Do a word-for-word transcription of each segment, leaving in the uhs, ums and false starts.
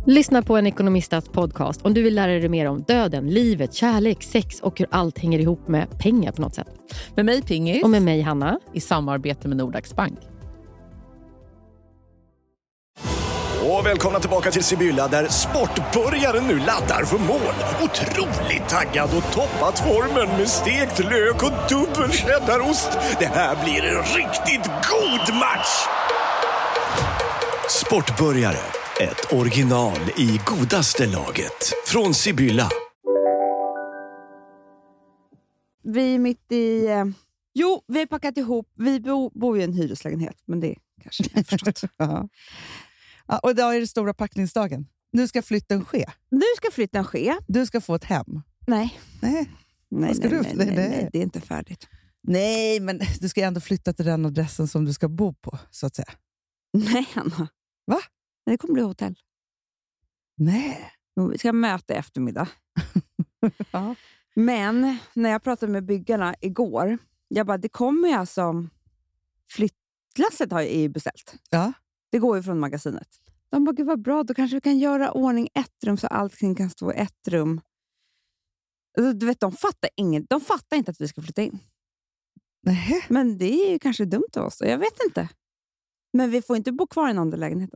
Lyssna på en ekonomistas podcast om du vill lära dig mer om döden, livet, kärlek, sex och hur allt hänger ihop med pengar på något sätt. Med mig Pingis. Och med mig Hanna. I samarbete med Nordax Bank. Och välkomna tillbaka till Sibylla där sportbörjaren nu laddar för mål. Otroligt taggad och toppat formen med stekt lök och dubbel cheddarost. Det här blir en riktigt god match! Sportbörjare, ett original i godaste laget. Från Sibylla. Vi är mitt i... Eh, jo, vi har packat ihop. Vi bo, bor ju i en hyreslägenhet, men det kanske ni har förstått. Ja. Ja, och idag är det stora packningsdagen. Nu ska flytten ske. Nu ska flytten ske. Du ska få ett hem. Nej. Nej. Nej, ska nej, du? nej, Nej, nej, nej. nej, det är inte färdigt. Nej, men du ska ändå flytta till den adressen som du ska bo på, så att säga. Nej, Anna. Va? Det kommer bli hotell. Nej. Vi ska möta i eftermiddag. Ja. Men när jag pratade med byggarna igår, jag bara, det kommer ju alltså... Flyttlasset har ju beställt. Ja. Det går ju från magasinet. De bara, gud vad bra, då kanske vi kan göra ordning ett rum så allting kan stå i ett rum. Alltså, du vet, de fattar inget. De fattar inte att vi ska flytta in. Nej. Men det är ju kanske dumt av oss. Jag vet inte. Men vi får inte bo kvar i den andra lägenheten.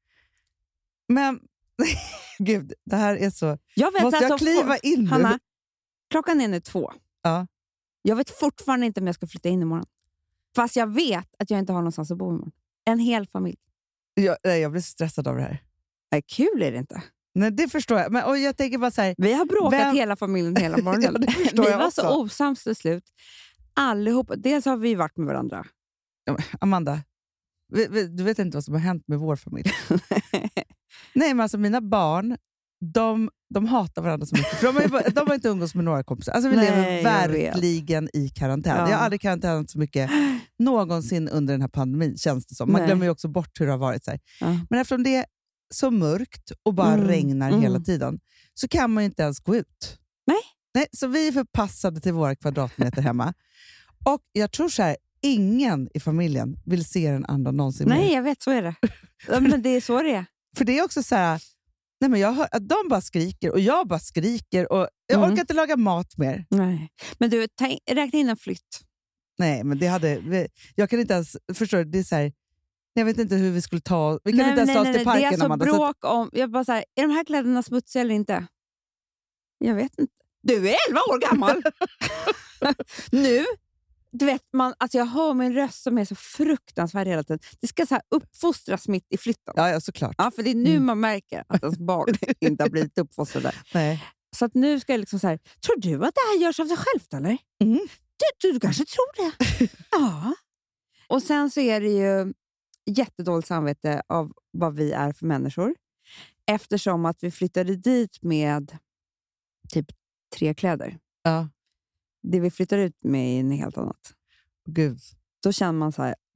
Men, gud, det här är så... Jag vet, Måste jag alltså, kliva for... in nu? Hanna, klockan är nu två. Ja. Jag vet fortfarande inte om jag ska flytta in imorgon. Fast jag vet att jag inte har någonstans att bo imorgon. En hel familj. Jag, nej, jag blir stressad av det här. Nej, kul är det inte. Nej, det förstår jag. Men, och jag tänker bara så här... Vi har bråkat vem... hela familjen hela morgonen. Ja, det förstår vi jag var också. så osams till slut. Allihop. Dels har vi varit med varandra. Ja, Amanda, vi, vi, du vet inte vad som har hänt med vår familj. Nej, men alltså mina barn, de, de hatar varandra så mycket. För de, har, de har inte umgås med några kompisar. Alltså vi Nej, lever jag verkligen i karantän. Ja. Jag har aldrig karantänat så mycket någonsin under den här pandemin, känns det som. Man Nej. glömmer ju också bort hur det har varit. Så här. Ja. Men eftersom det är så mörkt och bara Mm, regnar mm. hela tiden, så kan man ju inte ens gå ut. Nej. Nej, så vi är förpassade till våra kvadratmeter hemma. Och jag tror så här, ingen i familjen vill se den andra någonsin Nej, mer. jag vet, så är det. Ja, men det är så det är. För det är också så här, nej men jag hör att de bara skriker och jag bara skriker och jag Mm. orkar inte laga mat mer. Nej. Men du, ta, räkna in en flytt. Nej, men det hade, vi- jag kan inte ens, förstår du, det är så här, jag vet inte hur vi skulle ta, vi kan nej, inte ens nej, ta oss nej, till nej. parken. Det är alltså Amanda, så att- bråk om... Jag bara så här, är de här kläderna smutsiga eller inte? Jag vet inte. Du är elva år gammal! Nu, du vet, man, alltså jag hör min röst som är så fruktansvärd hela tiden. Det ska så här uppfostras mitt i flytten. Ja, ja, såklart. Ja, för det är nu Mm. man märker att ens barn inte har blivit uppfostrade. Nej. Så att nu ska jag liksom så här, tror du att det här görs av sig självt eller? Mm. Du, du, du kanske tror det. Ja. Och sen så är det ju jättedåligt samvete av vad vi är för människor. Eftersom att vi flyttade dit med typ tre kläder. Ja, Det vi flyttar ut med är en helt annat. gud. Då känner man så här...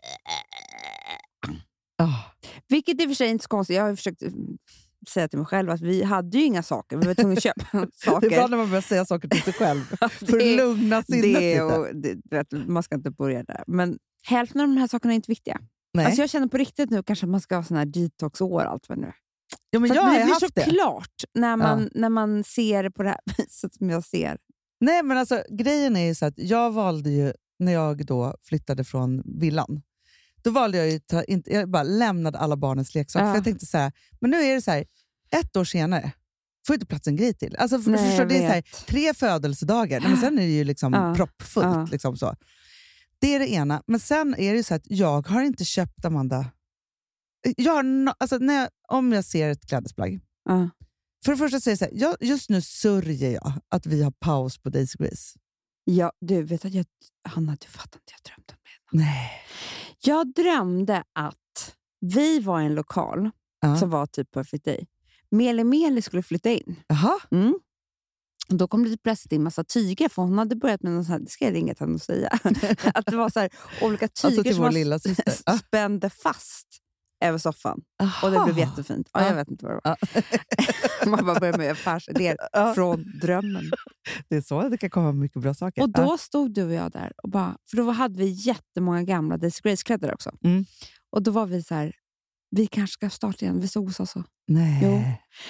Oh. Vilket i och för sig inte är så konstigt. Jag har ju försökt säga till mig själv att vi hade ju inga saker. Vi var tvungna att köpa saker. Det är bra när man börjar säga saker till sig själv. För Det- att lugna sinnet det, lite. och, det, du vet, man ska inte börja där. Men hälften av de här sakerna är inte viktiga. Nej. Alltså jag känner på riktigt nu kanske att man ska ha sån här detox-år och allt vad det nu är. ja, men För jag att har det blir haft så det. klart när man, när man ser det på det här viset som jag ser. Nej, men alltså grejen är ju så att jag valde ju, när jag då flyttade från villan, då valde jag ju ta, inte, jag bara lämnade alla barnens leksaker. Ja. För jag tänkte så här, men nu är det så här, ett år senare får inte plats en grej till. Alltså för, Nej, förstår, jag det är så här, vet. tre födelsedagar, Nej, men sen är det ju liksom Ja. proppfullt. Ja. Liksom så. Det är det ena. Men sen är det ju så att jag har inte köpt, Amanda. Jag har no, alltså när jag, om jag ser ett klädesplagg, Ja. för det första säger jag så här, jag, just nu sörjer jag att vi har paus på Daisy Grace. Ja, du vet att jag... Hanna, du fattar inte, jag drömde om det. Nej. Jag drömde att vi var i en lokal Ja. som var typ Perfect Day. Meli Meli skulle flytta in. Jaha. Mm. Och då kom det plötsligt in massa tyger, för hon hade börjat med någon sån här, det ska jag ringa till henne och säga, att det var så här, olika tyger Alltså till som vår man lilla syster. Ja. spände fast över soffan. Aha. Och det blev jättefint. Ja, jag Ja. vet inte vad det Ja. var. Man bara började med affärsidéer Ja. från drömmen. Det är så det kan komma mycket bra saker. Och då Ja. stod du och jag där, och bara, för då hade vi jättemånga gamla Daisy Grace-kläder också. Mm. Och då var vi så här, Vi kanske ska starta igen. Vi såg oss alltså. Nej. Jo.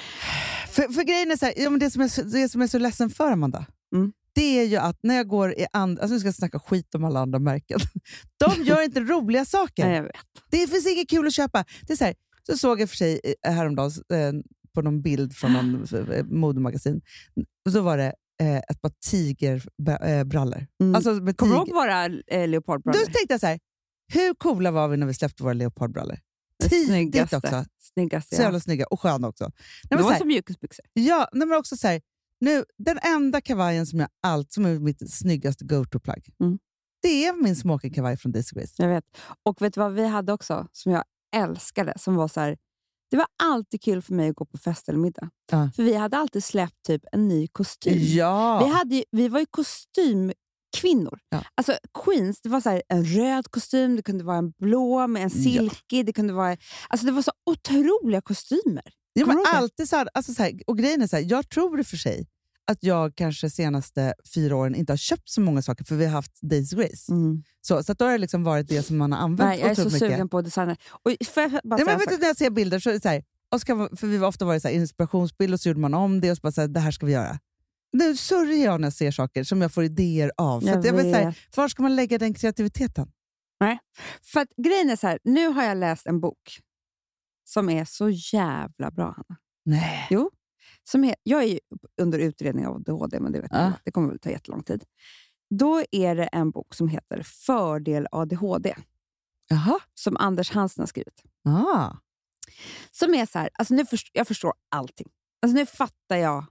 För, för grejen är så här, ja, men det, som är så, det som är så ledsen för Amanda, Mm. det är ju att när jag går i andra, alltså nu ska jag snacka skit om alla andra märken. De gör inte roliga saker. Nej, jag vet. Det finns inget kul att köpa. Det är så här, så såg jag för sig eh, häromdagen eh, på någon bild från någon eh, modemagasin. Och så var det eh, ett par tigerbrallor. Mm. Alltså med Kommer du tiger. ihåg våra eh, leopardbrallor? Då tänkte jag så här, hur coola var vi när vi släppte våra leopardbrallor? Det Tidigt snyggaste. också. Snyggaste, Så ja. jävla snygga och sköna också. Nej, Det men var så här, som mjukisbyxor. ja, nej, men också så här, nu, den enda kavajen som jag allt som är mitt snyggaste go-to-plagg. Mm. Det är min smoking-kavaj från Daisy Grace. Jag vet. Och vet du vad vi hade också som jag älskade? Som var så här, det var alltid kul för mig att gå på fest eller middag. Ja. För vi hade alltid släppt typ en ny kostym. Ja. Vi, hade ju, vi var ju kostymkvinnor. Ja. Alltså Queens, det var så här en röd kostym, det kunde vara en blå med en silkig, det kunde vara... Alltså det var så otroliga kostymer. Ja, Kommer men du ihåg det? alltid så här, alltså så här, och grejen är så här, jag tror i och för sig att jag kanske senaste fyra åren inte har köpt så många saker för vi har haft Daisy Grace. Mm. Så, så att då har det liksom varit det som man har använt. Nej, jag är så otroligt sugen mycket. på designer. Och för jag bara Nej, säga men en vet sak. du, när jag ser bilder så är det så här, och ska, för vi har ofta varit så här, inspirationsbild och så gjorde man om det och så bara så här, det här ska vi göra. Nu sörjer jag när jag ser saker som jag får idéer av. För Jag att jag vill vet. säga, var ska man lägga den kreativiteten? Nej. För att grejen är så här, nu har jag läst en bok som är så jävla bra, Hanna. Nej. Jo. Som är, jag är ju under utredning av A D H D, men det vet Ja. jag. Det kommer väl ta jättelång tid. Då är det en bok som heter Fördel A D H D. Jaha. Som Anders Hansen har skrivit. Ah. Som är så här, alltså nu förstår, jag förstår allting. Alltså nu fattar jag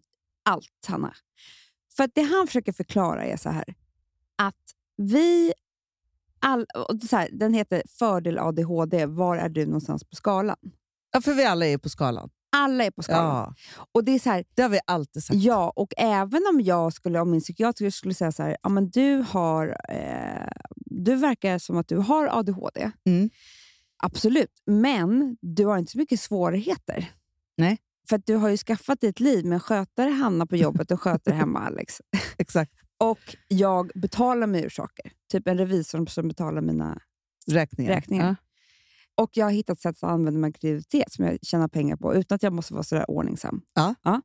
allt, Hanna. För att det han försöker förklara är så här, att vi all, och så här, den heter Fördel A D H D, var är du någonstans på skalan? Ja, för vi alla är på skalan. Alla är på skalan. Ja, Och det är så här, det har vi alltid sagt. ja, och även om jag skulle, om min psykiater skulle säga så här, ja men du har, eh, du verkar som att du har A D H D. Mm. Absolut, men du har inte så mycket svårigheter. Nej. För att du har ju skaffat ditt liv med skötare Hanna på jobbet och skötare hemma Alex. Exakt. Och jag betalar mig ur saker. Typ en revisor som betalar mina Räkningar. räkningar. Ja. Och jag har hittat sätt att använda min kreativitet som jag tjänar pengar på utan att jag måste vara sådär ordningsam. Ja. Ja.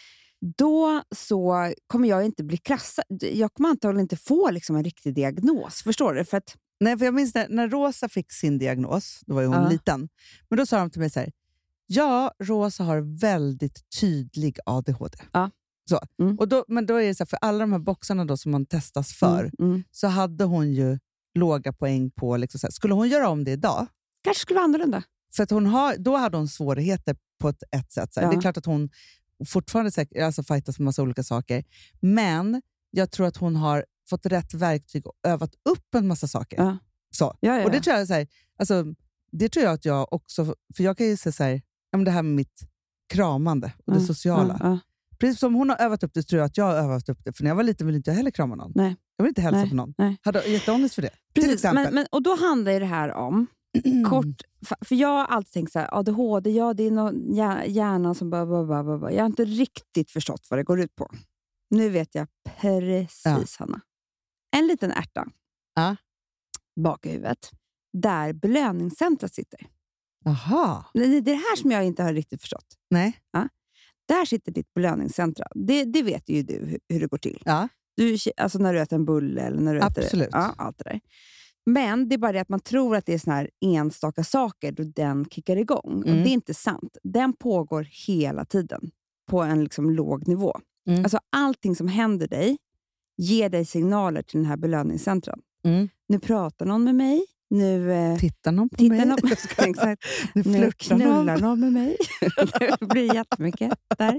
Då så kommer jag inte bli klassad. Jag kommer antagligen inte få liksom en riktig diagnos. Förstår du? För att, Nej, för jag minns när, när Rosa fick sin diagnos, då var ju hon Ja. liten. Men då sa de till mig så här, ja, Rosa har väldigt tydlig A D H D. Ja. Så. Mm. Och då, men då är det så här, för alla de här boxarna då som man testas för, Mm, mm. så hade hon ju låga poäng på, liksom så här, skulle hon göra om det idag? Kanske skulle vara annorlunda. För att hon har, då hade hon svårigheter på ett, ett sätt. Så här. Ja. Det är klart att hon fortfarande säkert, alltså fightas med massa olika saker. Men jag tror att hon har fått rätt verktyg och övat upp en massa saker. Ja. Så. Ja, ja, Och det ja. tror jag så här, alltså, det tror jag att jag också, för jag kan ju säga så här, ja, men det här med mitt kramande och det Ja, sociala. ja, ja. Precis som hon har övat upp det tror jag att jag har övat upp det. För när jag var liten ville inte jag heller krama någon. Nej. Jag vill inte hälsa Nej, på någon. nej. Hade jätteångest för det. Till Precis, exempel. men, men, och då handlar ju det här om kort, för, för jag har alltid tänkt så här, A D H D, ja det är någon hjär- hjärnan som bara, bara, bara, bara, bara. Jag har inte riktigt förstått vad det går ut på. Nu vet jag precis, Ja. Hanna. En liten ärta Ja. bak i huvudet, där belöningscentret sitter. Aha. Det är det här som jag inte har riktigt förstått. Nej. Där sitter ditt belöningscentra. Det, det vet ju du hur, hur det går till. Ja. Du, alltså när du äter en bulle eller när du Absolut. äter ja, allt det där. Men det är bara det att man tror att det är såna här enstaka saker då den kickar igång. Mm. Och det är inte sant. Den pågår hela tiden på en liksom låg nivå. Mm. Alltså allting som händer dig ger dig signaler till den här belöningscentran. Mm. Nu pratar någon med mig. Nu eh, Tittar någon på tittar mig? någon Exakt. Nu Nu flörtar någon. knullar någon med mig. Det blir jättemycket där.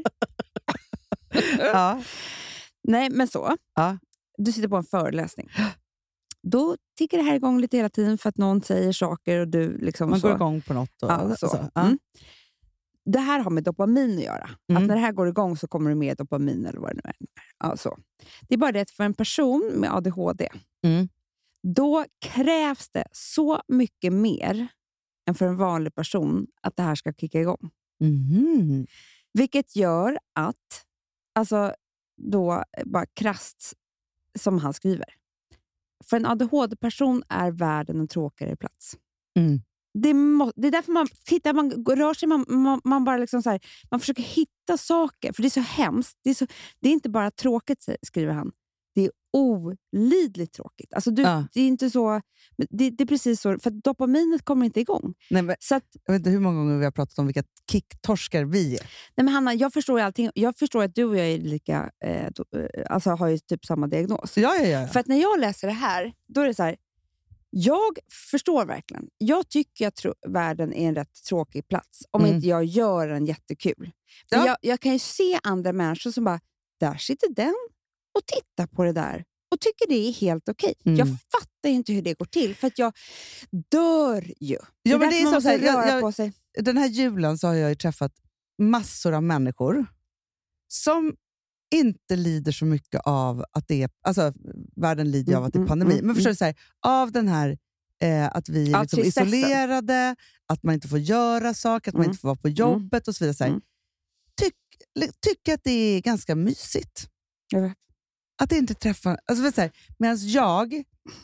Ja. Nej, men så. Ja. Du sitter på en föreläsning. Då tickar det här igång lite hela tiden för att någon säger saker och du liksom Man så. går igång på något. Och, Ja, så. så. Ja. Mm. Det här har med dopamin att göra. Mm. Att när det här går igång så kommer det med dopamin eller vad det nu är. Ja, så. Det är bara det att för en person med A D H D Mm. då krävs det så mycket mer än för en vanlig person att det här ska kicka igång. Mhm. Vilket gör att, alltså då bara krasst som han skriver. För en A D H D-person är världen en tråkigare plats. Mm. Det, må, det är därför man tittar, man rör sig, man, man, man bara liksom så här, man försöker hitta saker, för det är så hemskt. Det är, så, det är inte bara tråkigt, skriver han. Det är olidligt tråkigt. Alltså du, Ja. det är inte så, det, det är precis så, för dopaminet kommer inte igång. Nej, men, Så att, jag vet inte hur många gånger vi har pratat om vilka kicktorskar vi är. nej men Hanna, jag förstår ju allting. Jag förstår att du och jag är lika, eh, då, eh, alltså har ju typ samma diagnos. Ja, ja, ja. ja. För att när jag läser det här, då är det så här, jag förstår verkligen. Jag tycker att tro- världen är en rätt tråkig plats. Om Mm. inte jag gör den jättekul. Ja. Men jag, jag kan ju se andra människor som bara, där sitter den och tittar på det där. Och tycker det är helt okej. Mm. Jag fattar ju inte hur det går till. För att jag dör ju. Ja, men därför det är man som måste så här, jag- röra jag- på sig. Den här julen så har jag ju träffat massor av människor som inte lider så mycket av att det är, alltså världen lider ju av att det är Mm, pandemi, mm, men förstår du, så här, av den här eh, att vi är Ja, liksom tristessen. isolerade, att man inte får göra saker, att man Mm. inte får vara på jobbet och så vidare. Så här. Mm. Tyck, li- tycker att det är ganska mysigt. Jag vet. Att inte träffa, alltså vet du, så här, medan jag,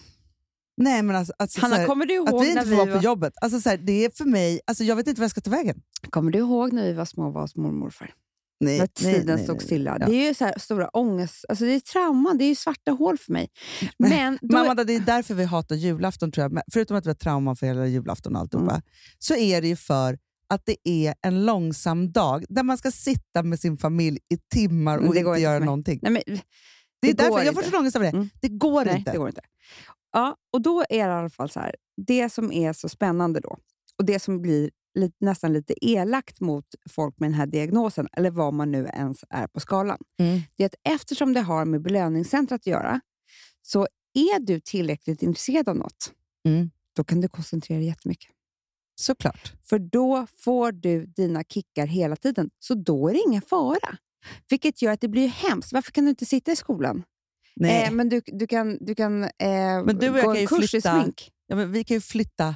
nej men alltså, alltså så Hanna, här, kommer du ihåg att vi inte när får vi vara var, på jobbet, alltså så här, det är för mig, alltså jag vet inte vad jag ska ta vägen. kommer du ihåg när vi var små och var hos mormor och morfar? Nej, När nej, tiden nej, stod nej. stilla. Ja. Det är ju så här stora ångest. Alltså det är trauma, det är ju svarta hål för mig. Men då, Men Amanda, det är därför vi hatar julafton, tror jag. Men förutom att vi har trauma för hela julafton och alltihopa, Mm. så är det ju för att det är en långsam dag där man ska sitta med sin familj i timmar Men och det går inte inte göra för mig. någonting. nej, men, Det är det därför går jag får inte. så ångest av det. Mm. Det går nej, inte. det går inte. Ja, och då är det i alla fall så här. Det som är så spännande då, och det som blir lite, nästan lite elakt mot folk med den här diagnosen, eller vad man nu ens är på skalan, Mm. det är att eftersom det har med belöningscentret att göra, så är du tillräckligt intresserad av något, Mm. då kan du koncentrera dig jättemycket. Såklart. För då får du dina kickar hela tiden. Så då är det ingen fara. Vilket gör att det blir hemskt. Varför kan du inte sitta i skolan? Nej. Eh, men du, du kan, du kan eh, Men du och jag gå kan ju en kurs flytta- i smink. Ja, men vi kan ju flytta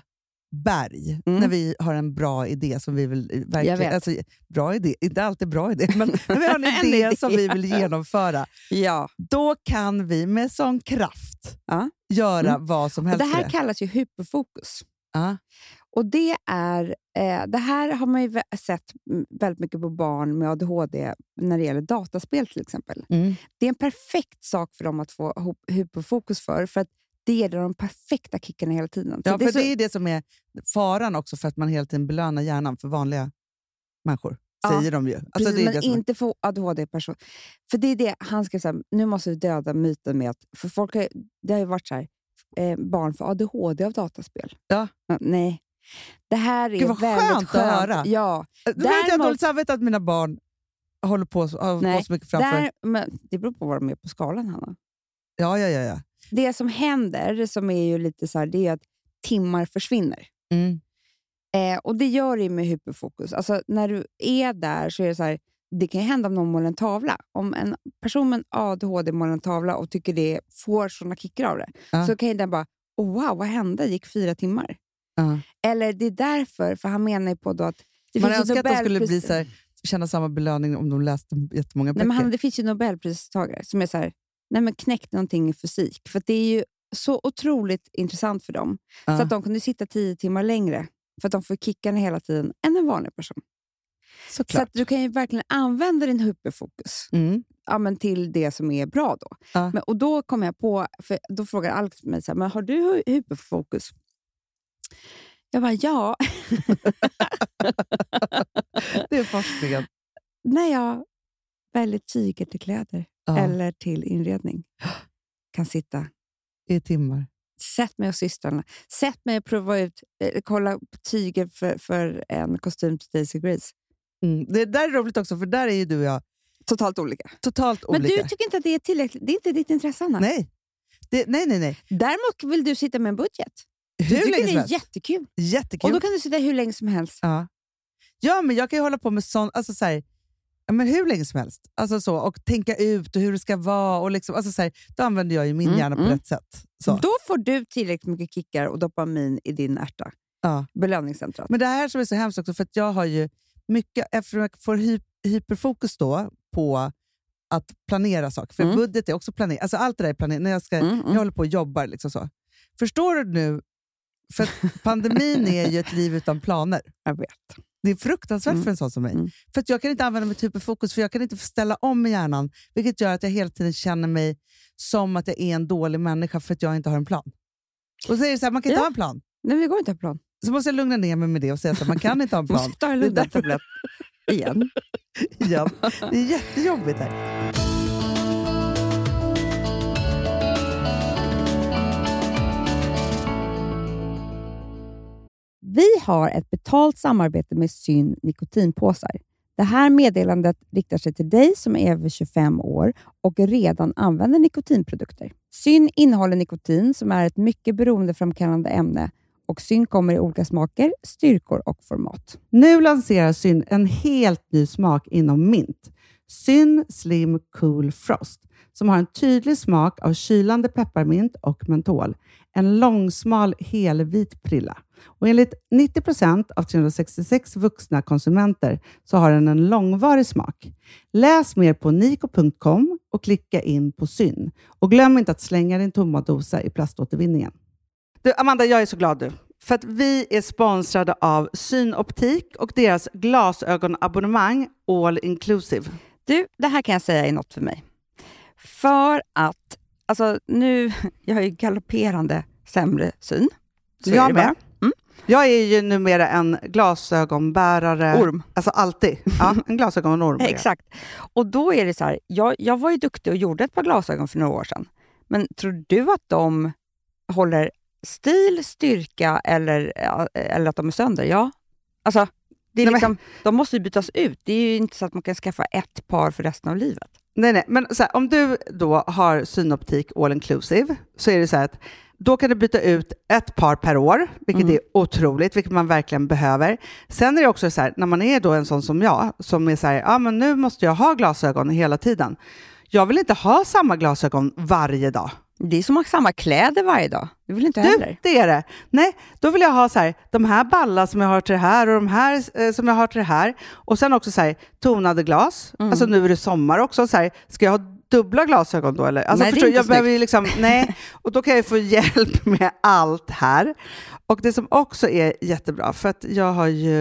berg Mm. när vi har en bra idé som vi vill eh, Jag verkligen, vet. alltså, bra idé, inte alltid bra idé, men när vi har en En idé idé. som vi vill genomföra, Ja. då kan vi med sån kraft Ja. göra Mm. vad som Och helst. det här för kallas ju hyperfokus. Ja. Och det är eh, det här har man ju vä- sett mm, väldigt mycket på barn med A D H D när det gäller dataspel till exempel. Mm. Det är en perfekt sak för dem att få hop- hyperfokus för, för att det ger dem de perfekta kickarna hela tiden. Så Ja, det för är så, det är det som är faran också, för att man hela tiden belönar hjärnan för vanliga människor, Ja, säger de ju. Alltså, precis, det är men det som är- inte för A D H D-person. För det är det han ska säga, nu måste vi döda myten med att, för folk har, det har ju varit så här, eh, barn för A D H D av dataspel. Ja. Nej. Det här är Gud, vad väldigt skönt att höra. Ja. Då vet jag Däremot- dåligt samvete att mina barn håller på, så- har Nej, på så mycket framför. Där, men det beror på vad de är på skalan, Hanna. Ja, ja, ja. ja. Det som händer, som är ju lite så här, det är att timmar försvinner. Mm. Eh, och det gör det med hyperfokus. Alltså när du är där så är det så här, det kan ju hända om någon målar en tavla. Om en person med A D H D målar en tavla och tycker det får såna kickar av det, Ja. så kan ju den bara, oh, wow, vad hände? Det gick fyra timmar. Ja. Eller det är därför, för han menar ju på då att det Man finns ju önskar att de skulle Nobelpris- bli så här, känna samma belöning om de läste jättemånga Nej, böcker. men han, det finns ju Nobelpristagare som är så här, nej men knäckt någonting i fysik. För att det är ju så otroligt intressant för dem. Ja. Så att de kunde sitta tio timmar längre. För att de får kickarna hela tiden än en vanlig person. Så Såklart. att du kan ju verkligen använda din hyperfokus Mm. ja, men till det som är bra då. Ja. Men, och då kom jag på, för då frågar Alex mig så här, men har du hy- hyperfokus? Jag bara, ja. Det är forskningen. När jag väljer tyger till kläder Ja. eller till inredning kan sitta. I timmar. Sätt mig och systrarna. Sätt mig och prova ut, eh, kolla på tyger för, för en kostym till Daisy Grace. Mm. Det där är roligt också, för där är ju du och jag Totalt olika. totalt Men olika. du tycker inte att det är tillräckligt? Det är inte ditt intresse, Anna. Nej. Det, nej, nej, nej. Däremot vill du sitta med en budget. Du Hur tycker länge det som är helst. jättekul. Jättekul. Och då kan du sitta hur länge som helst. Ja. Ja, men jag kan ju hålla på med sånt, alltså så här, ja, men hur länge som helst. Alltså så, och tänka ut och hur det ska vara. Och liksom, alltså så här, då använder jag ju min Mm, hjärna på mm. rätt sätt. Så. Då får du tillräckligt mycket kickar och dopamin i din ärta. Ja. Belöningscentrat. Men det här som är så hemskt också, för att jag har ju mycket, eftersom jag får hy- hyperfokus då på att planera saker. För Mm. budget är också planering. Alltså allt det där är planering. När jag, ska, Mm, mm. jag håller på och jobbar. Liksom så. Förstår du nu För att pandemin är ju ett liv utan planer. Jag vet. Det är fruktansvärt mm. för en sån som mig. Mm. För att jag kan inte använda mitt hyperfokus, för jag kan inte ställa om i hjärnan. Vilket gör att jag hela tiden känner mig som att jag är en dålig människa för att jag inte har en plan. Och så är det så här, man kan inte ja. ha en plan. Nej, det går inte att ha en plan. Så måste jag lugna ner mig med det och säga att man kan inte ha en plan. Måste ta en lugnartablett igen. igen. Det är jättejobbigt här. Vi har ett betalt samarbete med Syn nikotinpåsar. Det här meddelandet riktar sig till dig som är över tjugofem år och redan använder nikotinprodukter. Syn innehåller nikotin som är ett mycket beroendeframkallande ämne och Syn kommer i olika smaker, styrkor och format. Nu lanserar Syn en helt ny smak inom mint. Syn Slim Cool Frost som har en tydlig smak av kylande pepparmint och mentol. En långsmal helvit prilla. Och enligt nittio procent av trehundrasextiosex vuxna konsumenter så har den en långvarig smak. Läs mer på niko punkt com och klicka in på Syn. Och glöm inte att slänga din tomma dosa i plaståtervinningen. Du, Amanda, jag är så glad du. För att vi är sponsrade av Synoptik och deras glasögonabonnemang All Inclusive. Du, det här kan jag säga är något för mig. För att, alltså nu, jag har ju galopperande sämre syn. Så jag med. Mm. Jag är ju numera en glasögonbärare. Orm. Alltså alltid. Ja, en glasögonorm. Exakt. Och då är det så här, jag, jag var ju duktig och gjorde ett par glasögon för några år sedan. Men tror du att de håller stil, styrka eller, eller att de är sönder? Ja. Alltså, det är nej, liksom, men... de måste ju bytas ut. Det är ju inte så att man kan skaffa ett par för resten av livet. Nej, nej. Men så här, om du då har Synoptik All Inclusive så är det så här att då kan du byta ut ett par per år, vilket mm. är otroligt, vilket man verkligen behöver. Sen är det också så här, när man är då en sån som jag, som är så här, ja ah, men nu måste jag ha glasögon hela tiden. Jag vill inte ha samma glasögon varje dag. Det är som att ha samma kläder varje dag. Det vill inte heller. Du, det är det. Nej, då vill jag ha så här, de här ballar som jag har till det här och de här eh, som jag har till det här. Och sen också så här, tonade glas. Mm. Alltså nu är det sommar också. Så här, ska jag ha dubbla glasögon då? Eller? Alltså, nej, förstår, det är inte jag behöver ju liksom, nej. Och då kan jag få hjälp med allt här. Och det som också är jättebra, för att jag har ju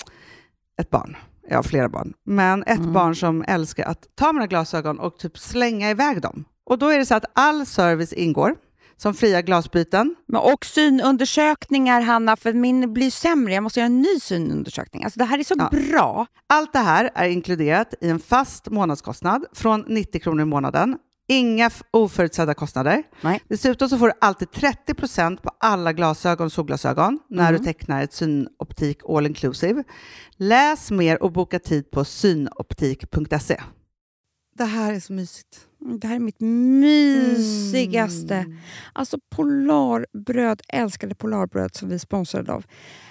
ett barn. Jag har flera barn. Men ett mm. barn som älskar att ta mina glasögon och typ slänga iväg dem. Och då är det så att all service ingår. Som fria glasbyten. Men och synundersökningar, Hanna, för min blir sämre. Jag måste göra en ny synundersökning. Alltså det här är så ja. bra. Allt det här är inkluderat i en fast månadskostnad från nittio kronor i månaden. Inga oförutsedda kostnader. Nej. Dessutom så får du alltid trettio procent på alla glasögon och solglasögon när mm. du tecknar ett Synoptik All Inclusive. Läs mer och boka tid på synoptik punkt se. Det här är så mysigt. Det här är mitt mysigaste. Mm. Alltså Polarbröd, älskade Polarbröd som vi sponsrade av.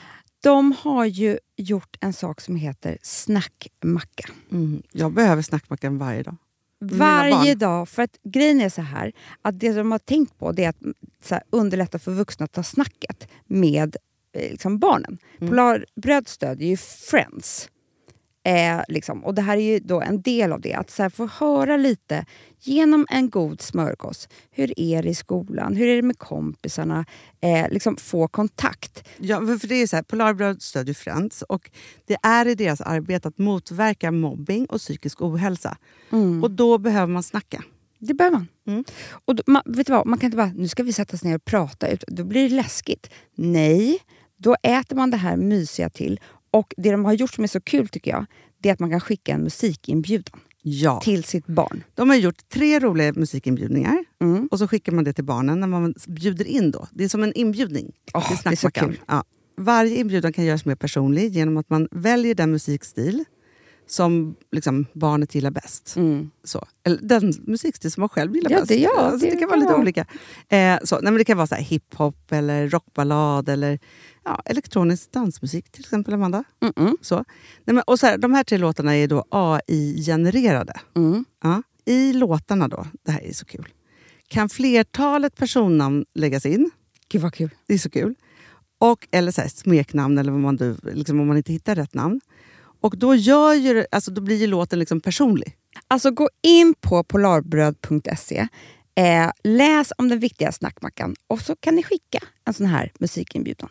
De har ju gjort en sak som heter snackmacka. Mm. Jag behöver snackmackan varje dag. Varje dag. För att grejen är så här. Att det de har tänkt på det är att så här, underlätta för vuxna att ta snacket med eh, liksom barnen. Mm. Polarbröd stödjer ju Friends. Eh, liksom. Och det här är ju då en del av det. Att så här, få höra lite genom en god smörgås. Hur är det i skolan? Hur är det med kompisarna? Eh, liksom få kontakt. Ja, för det är så här, Polarbröd stödjer Friends. Och det är i deras arbete att motverka mobbing och psykisk ohälsa. Mm. Och då behöver man snacka. Det behöver man. Mm. Och då, man, vet du vad? Man kan inte bara, nu ska vi sätta oss ner och prata ut. Då blir det läskigt. Nej, då äter man det här mysiga till. Och det de har gjort som är så kul tycker jag, det är att man kan skicka en musikinbjudan ja. till sitt barn. De har gjort tre roliga musikinbjudningar mm. och så skickar man det till barnen när man bjuder in då. Det är som en inbjudning. Oh, det är så kul. Ja. Varje inbjudan kan göras mer personlig genom att man väljer den musikstil som liksom barnet gillar bäst. Mm. Så. Eller den musikstil som man själv gillar ja, bäst. Det, ja, alltså, det, det kan kan vara lite vara. olika. Eh, så. Nej, men det kan vara så här hiphop eller rockballad eller ja, elektronisk dansmusik till exempel, Amanda. Mm-mm. Så. Nej, men, och så här, de här tre låtarna är då A I-genererade. Mm. Ja. I låtarna då, det här är så kul, kan flertalet personnamn läggas in. Gud vad kul. Det är så kul. Och, eller så här, smeknamn eller vad man, du, liksom, om man inte hittar rätt namn. Och då, gör ju, alltså, då blir ju låten liksom personlig. Alltså gå in på polarbröd punkt se. Eh, läs om den viktiga snackmackan och så kan ni skicka en sån här musikinbjudan.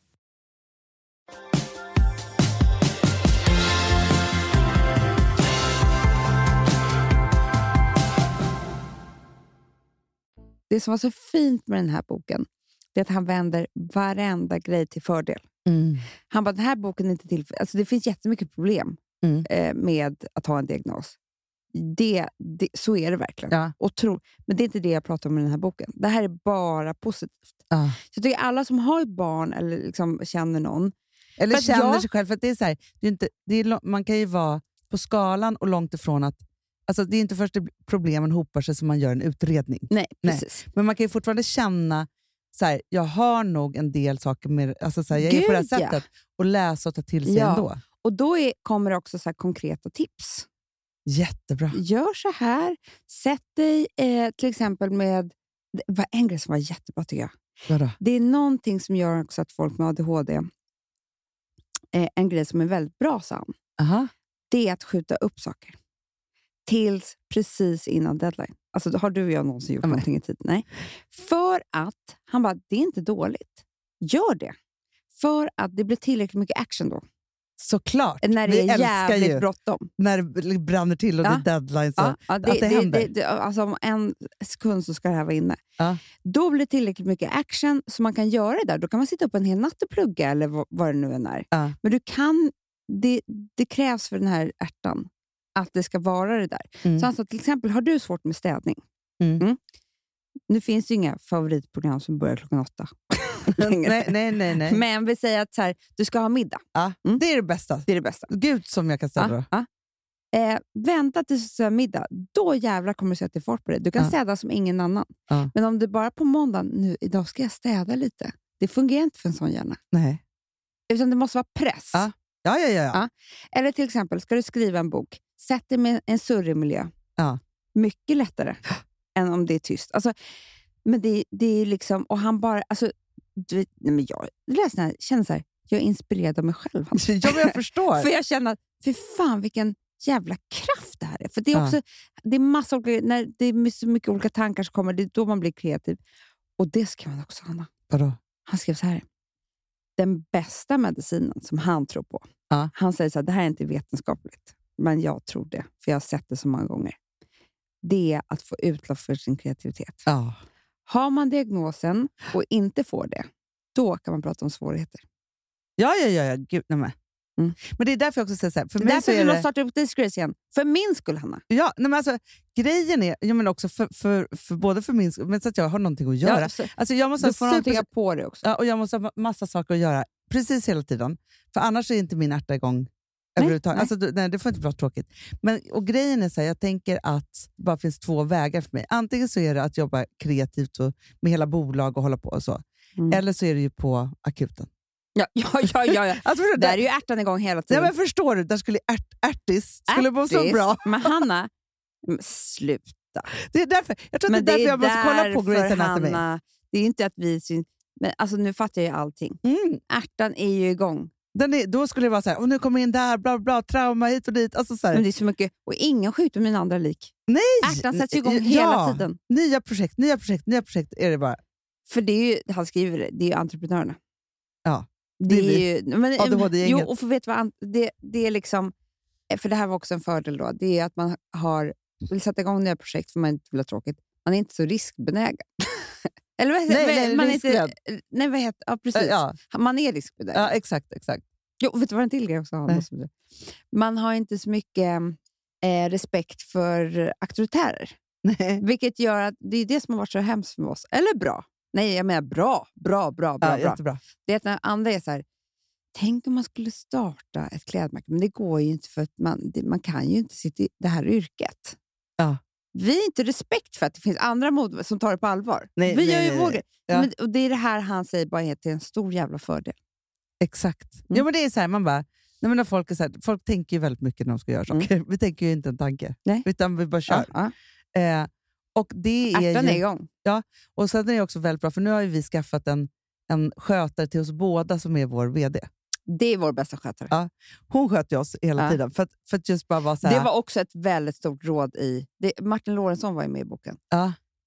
Det som var så fint med den här boken, det är att han vänder varenda grej till fördel. Mm. Han bara, den här boken är inte till... Alltså det finns jättemycket problem Mm. eh, med att ha en diagnos. Det, det, så är det verkligen. Ja. Och tro, men det är inte det jag pratar om i den här boken. Det här är bara positivt. Ja. Så jag tycker alla som har ett barn eller liksom känner någon... Eller För att känner jag- sig själv. För att det är så här, det är inte, det är, lo- man kan ju vara på skalan och långt ifrån att... Alltså det är inte först det problemen hopar sig som man gör en utredning. Nej, Nej. precis. Men man kan ju fortfarande känna så här, jag har nog en del saker med, alltså så här, jag är på det här Gud, ja. sättet och läsa och ta till sig Ja. ändå. Och då är, kommer det också så här konkreta tips. Jättebra. Gör så här. Sätt dig eh, till exempel med... Det var en grej som var jättebra tycker jag. Vadå? Det är någonting som gör också att folk med A D H D... Eh, en grej som är väldigt bra, sa han. Aha. Det är att skjuta upp saker. Tills precis innan deadline. Alltså har du och jag någonsin gjort Nej. någonting i tid? Nej. För att, han bara, det är inte dåligt. Gör det. För att det blir tillräckligt mycket action då. Såklart. När det Vi är älskar jävligt ju bråttom. när det branner till och Ja. det är deadline. Så. Ja, ja, det, att det det, händer. det, det, alltså om en sekund så ska det här vara inne. Ja. Då blir det tillräckligt mycket action så man kan göra det där. Då kan man sitta upp en hel natt och plugga eller vad, vad det nu än är. Ja. Men du kan, det, det krävs för den här ärtan att det ska vara det där. Mm. Så alltså, till exempel, har du svårt med städning? Mm. Mm. Nu finns det ju inga favoritprogram som börjar klockan åtta. nej, nej, nej. nej. Men vi säger att så här, du ska ha middag. Ja, Mm. det är det bästa. Det är det bästa. Gud som jag kan ställa då. Ja, ja. Eh, vänta tills du har middag. Då jävlar kommer du sätta fart på det. Du kan Ja. städa som ingen annan. Ja. Men om du bara på måndagen, nu, idag ska jag städa lite. Det fungerar inte för en sån hjärna. Nej. Utan det måste vara press. Ja. Ja, ja, ja. ja. Ja. Eller till exempel, ska du skriva en bok. Sätt dig med en surrig miljö. Ja. Mycket lättare än om det är tyst. Alltså, men det, det är liksom, och han bara, alltså, du vet, nej men jag läser här, känner så här, jag är inspirerad av mig själv. Ja, men jag förstår. För jag känner att, för fan vilken jävla kraft det här är. För det är Ja. också, det är massa olika, när det är så mycket olika tankar som kommer, det är då man blir kreativ. Och det skrev han också, Hanna. Vadå? Han skrev så här, den bästa medicinen som han tror på. Ja. Han säger så här, det här är inte vetenskapligt, men jag tror det, för jag har sett det så många gånger. Det är att få utlopp för sin kreativitet. Ja. Har man diagnosen och inte får det, då kan man prata om svårigheter. Ja, ja, ja, ja. Gud, nej, men. Mm. Men det är därför jag också säger så här. För Det är mig så därför är vi det... måste starta upp Disgrace igen. För min skull, Hanna. Ja, nej, men alltså, grejen är, jag menar också för, för, för både för min skull, men så att jag har någonting att göra. Ja, så, Alltså, jag måste du ha får super- någonting på det också. Ja, och jag måste ha massa saker att göra precis hela tiden. För annars är inte min ärta igång överhuvudtaget. nej. Alltså, du- nej, det får inte vara tråkigt. Men, och grejen är så här, jag tänker att det bara finns två vägar för mig. Antingen så är det att jobba kreativt och, med hela bolag och hålla på och så. Mm. Eller så är det ju på akuten. Ja, ja, ja, ja, ja. Alltså, förstår du? Där är ju ärtan igång hela Ja, tiden. men förstår du, där skulle ärt, ärtis skulle må så Ärtis. bra. Men Hanna, men sluta. Det är därför, jag tror att Men det är därför jag måste kolla på därför, Grey's Anatomy. Hanna, det är ju inte att vi... Syn... Men alltså, nu fattar jag ju allting. Mm. Ärtan är ju igång. Den är, då skulle det vara så här, och nu kommer in där, bla bla, trauma hit och dit. Alltså så här, Men det är så mycket. Och ingen skjuter mina andra lik. nej! Ärtan sätts ju igång Ja, hela tiden. Nya projekt, nya projekt, nya projekt är det bara. För det är ju, han skriver det, det är ju entreprenörerna. Ja, Det, det är är ju... Men, A D H D-gänget. jo, och för vet vad, an- det, det är liksom... För det här var också en fördel då. Det är att man har, vill sätta igång nya projekt för man inte vill ha tråkigt. Man är inte så riskbenägen. Eller vad heter Nej, vad- nej, man är inte, riskrädd. nej, vad heter ja, precis. Ja. Man är riskbenägen. ja, exakt, exakt. Jo, vet du vad en till grej också har? Nej. Måste jag säga. Man har inte så mycket eh, respekt för auktoritärer. Nej. Vilket gör att det är det som har varit så hemskt för oss. Eller bra. Nej, jag menar bra. Bra, bra, bra. Ja, bra. jättebra. Det är att när andra är så här, tänk om man skulle starta ett klädmärke. Men det går ju inte för att man, det, man kan ju inte sitta i det här yrket. Ja. Vi har inte respekt för att det finns andra mod som tar det på allvar. Nej, vi nej, gör ju nej, vår nej. grej. Ja. Men, och det är det här han säger bara är till en stor jävla fördel. Exakt. Mm. Ja, men det är så här, man bara, nej, men när folk, är så här, folk tänker ju väldigt mycket när de ska göra saker. Vi tänker ju inte en tanke, Nej. utan vi bara kör. Ja, ja. Eh, och det är Ärtan är ju, igång. och sen är det också väldigt bra, för nu har ju vi skaffat en, en skötare till oss båda som är vår vd. Det är vår bästa skötare. Ja. Hon sköter oss hela Ja. tiden. För att, för att just bara vara så här, Det var också ett väldigt stort råd i... Det, Martin Lorentzon var ju med i boken. ja,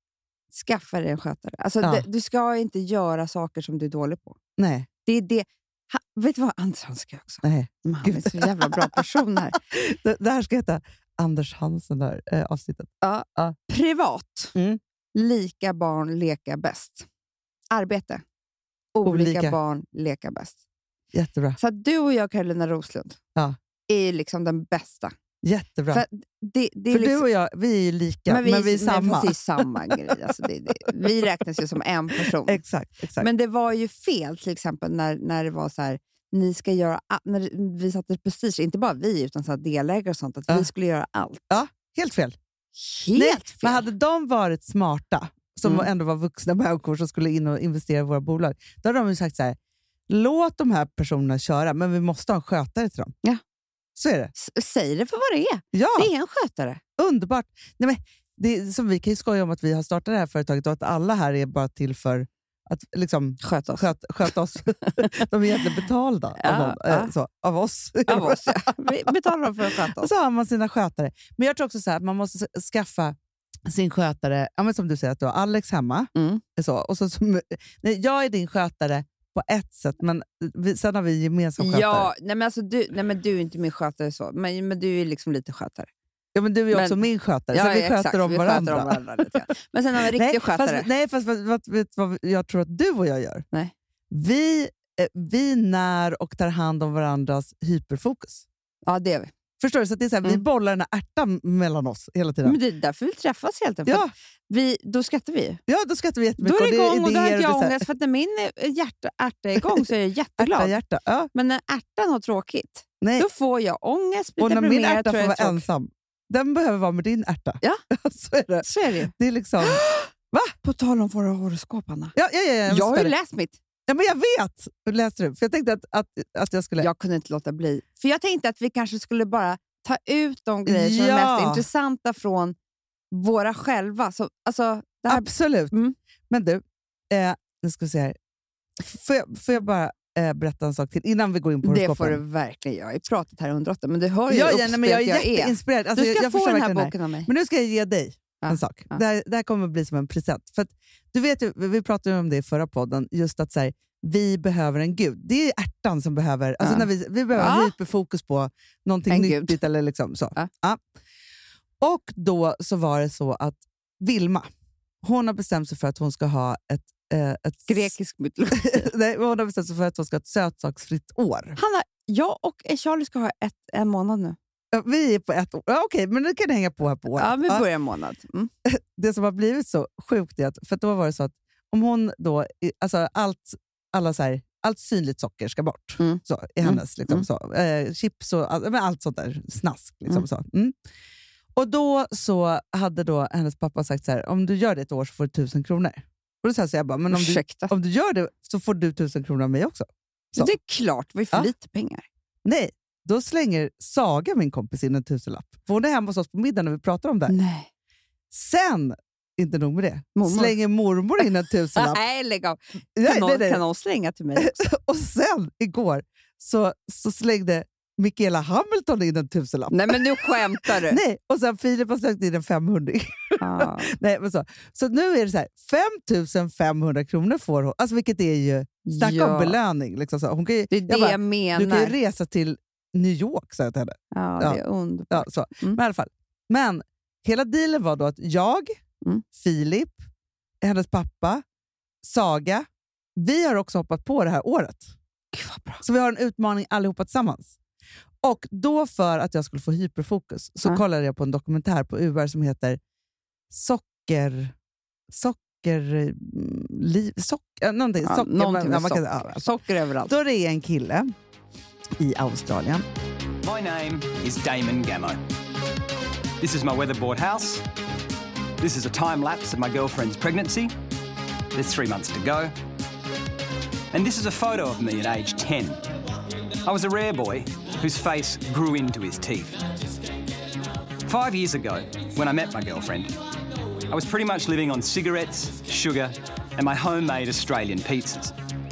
skaffa dig en skötare. Alltså, Ja. det, du ska inte göra saker som du är dålig på. Nej. Det är det. Ha, vet du vad Anders Hansen också? Nej. Men han är så jävla bra person här. Det, det här ska heta Anders Hansen där eh, avsnittet. Ja. Ja. Privat. Mm. Lika barn leka bäst. Arbete. Olika, Olika. barn leka bäst. Jättebra. Så att du och jag, Carolina Roslund, Ja. är liksom den bästa. Jättebra. För, det, det är För liksom, du och jag, vi är ju lika, men vi, men vi är samma. Men precis samma grej. Alltså det, det, vi räknas ju som en person. Exakt, exakt. Men det var ju fel till exempel när, när det var så här, ni ska göra, när vi satte prestige, inte bara vi utan så här delägare och sånt, att Ja. vi skulle göra allt. Ja, helt fel. Helt Nej, fel. Men hade de varit smarta, som Mm. ändå var vuxna människor som skulle in och investera i våra bolag, då hade de ju sagt så här: låt de här personerna köra, men vi måste ha en skötare till dem. Ja. Så är det. S- Säg det för vad det är. Ja, Det är en skötare. underbart. Nej, men det är, som vi kan ju skoja om att vi har startat det här företaget och att alla här är bara till för att liksom Sköt oss. sköt, sköta oss. De är egentligen betalda Ja, av, någon, ja. eh, så, av oss. Av oss, ja. Vi betalar dem för att sköta Och oss. så har man sina skötare. Men jag tror också så här att man måste s- skaffa sin skötare, ja, men som du säger att du har Alex hemma. Mm. Så, och så, som, nej, jag är din skötare på ett sätt, men vi, sen har vi gemensam skötare. Ja, nej men, alltså, du, nej men du är inte min skötare så, men, men du är liksom lite skötare. Ja, men du är ju Men- också min skötare, Ja, så vi exakt, sköter om vi varandra. Sköter om varandra lite grann. Men sen har vi en riktig nej, skötare. Fast, nej, fast vad, vad, vet du vad jag tror att du och jag gör? Nej. Vi, eh, vi när och tar hand om varandras hyperfokus. Ja, det är vi. Förstår du? Så att det är så här, vi Mm. bollar den här ärtan mellan oss hela tiden. Men det är därför vi träffas helt enkelt. ja, Vi, då skrattar vi. ja, då skrattar vi Då jättemycket. är det igång och då har idéer inte jag och det är så här, ångest. För att när min eh, hjärta, ärta är igång så är jag ärta, jätteglad. hjärta. Ja, Men när ärtan har tråkigt, nej. då får jag ångest, blir Och när min deprimerad, ärta tror får jag vara är tråkigt. ensam, den behöver vara med din ärta. Ja. Så är det. Så är det ju. Det är liksom... På tal om våra horoskop, Anna. Ja, ja, ja, ja, Jag har ju spänner. läst mitt. Ja, men jag vet! Hur läste du? För jag tänkte att, att, att jag skulle... Jag kunde inte låta bli. För jag tänkte att vi kanske skulle bara ta ut de grejer som är Ja. mest intressanta från våra själva. Så, alltså, det här, Absolut. Mm. Men du, eh, nu ska vi se här. Får jag, får jag bara eh, berätta en sak till innan vi går in på det horoskopen? får du verkligen göra. Jag har pratat här under åtta, men du hör ju Ja, hur ja, nej, men jag är uppspelt jag är. jätteinspirerad. Alltså, Du ska jag, jag få förstår den här verkligen det boken av mig. Men nu ska jag ge dig Ja, en sak. ja. Det, här, det här kommer bli som en present. För att, du vet ju, vi pratade ju om det i förra podden, just att så här, vi behöver en gud. Det är ärtan som behöver, alltså Ja. när vi, vi behöver Ja. hyperfokus på någonting En nyttigt. gud. Eller liksom så. Ja. Ja. Och då så var det så att Vilma, hon har bestämt sig för att hon ska ha ett... Eh, ett Grekisk mytologi. Nej, hon har bestämt sig för att hon ska ha ett sötsaksfritt år. Hanna, jag och Charlie ska ha ett, en månad nu. Ja, vi är på ett år. Ja, okej, men nu kan det hänga på här på året. Ja, vi Ja. börjar en månad. Mm. Det som har blivit så sjukt är att, för att då var det så att om hon då, alltså allt, alla så här, allt synligt socker ska bort Mm. så, i Mm. hennes, liksom, Mm. så, eh, chips och all, men allt sånt där snask. Liksom, Mm. så. Mm. Och då så hade då hennes pappa sagt så här, om du gör det ett år så får du tusen kronor. Och då sa jag bara, men om du, Ursäkta. om du gör det så får du tusen kronor av mig också. Så. Det är klart, det var ju för Ja. lite pengar. Nej, då slänger Saga, min kompis, in en tusenlapp. För hon är hemma hos oss på middag när vi pratar om det här. Nej. Sen, inte nog med det, Mormor. slänger mormor in en tusenlapp. Nej, lägg av. Nej, Kan någon, nej, nej. kan någon slänga till mig också? Och sen, igår, så, så slängde Michaela Hamilton in en tusenlapp. Nej, men nu skämtar du. Nej, och sen Filip har slängt in en femhundra. Ja. Nej, men så. Så nu är det så här, fem tusen femhundra kronor får hon. Alltså vilket är ju, snacka Ja. om belöning. Liksom så. Hon kan ju, Det är det jag jag, bara, menar. du kan ju resa till New York, sa jag till henne. Ja, Ja. det är underbart. Ja, så. Mm. Men i alla fall. Men hela dealen var då att jag, Mm. Filip, hennes pappa, Saga, vi har också hoppat på det här året. Gud vad bra. Så vi har en utmaning allihopa tillsammans. Och då för att jag skulle få hyperfokus så Ja. kollade jag på en dokumentär på U R som heter Socker... Socker... mm, Liv, socker någonting. Ja, socker, någonting med man kan- socker. ja. Socker överallt. Då är det en kille i Australien. My name is Damon Gamo. This is my weatherboard house. This is a time lapse of my girlfriend's pregnancy. There's three months to go. And this is a photo of me at age ten. I was a rare boy whose face grew into his teeth. Five years ago, when I met my girlfriend, I was pretty much living on cigarettes, sugar, and my homemade Australian pizzas.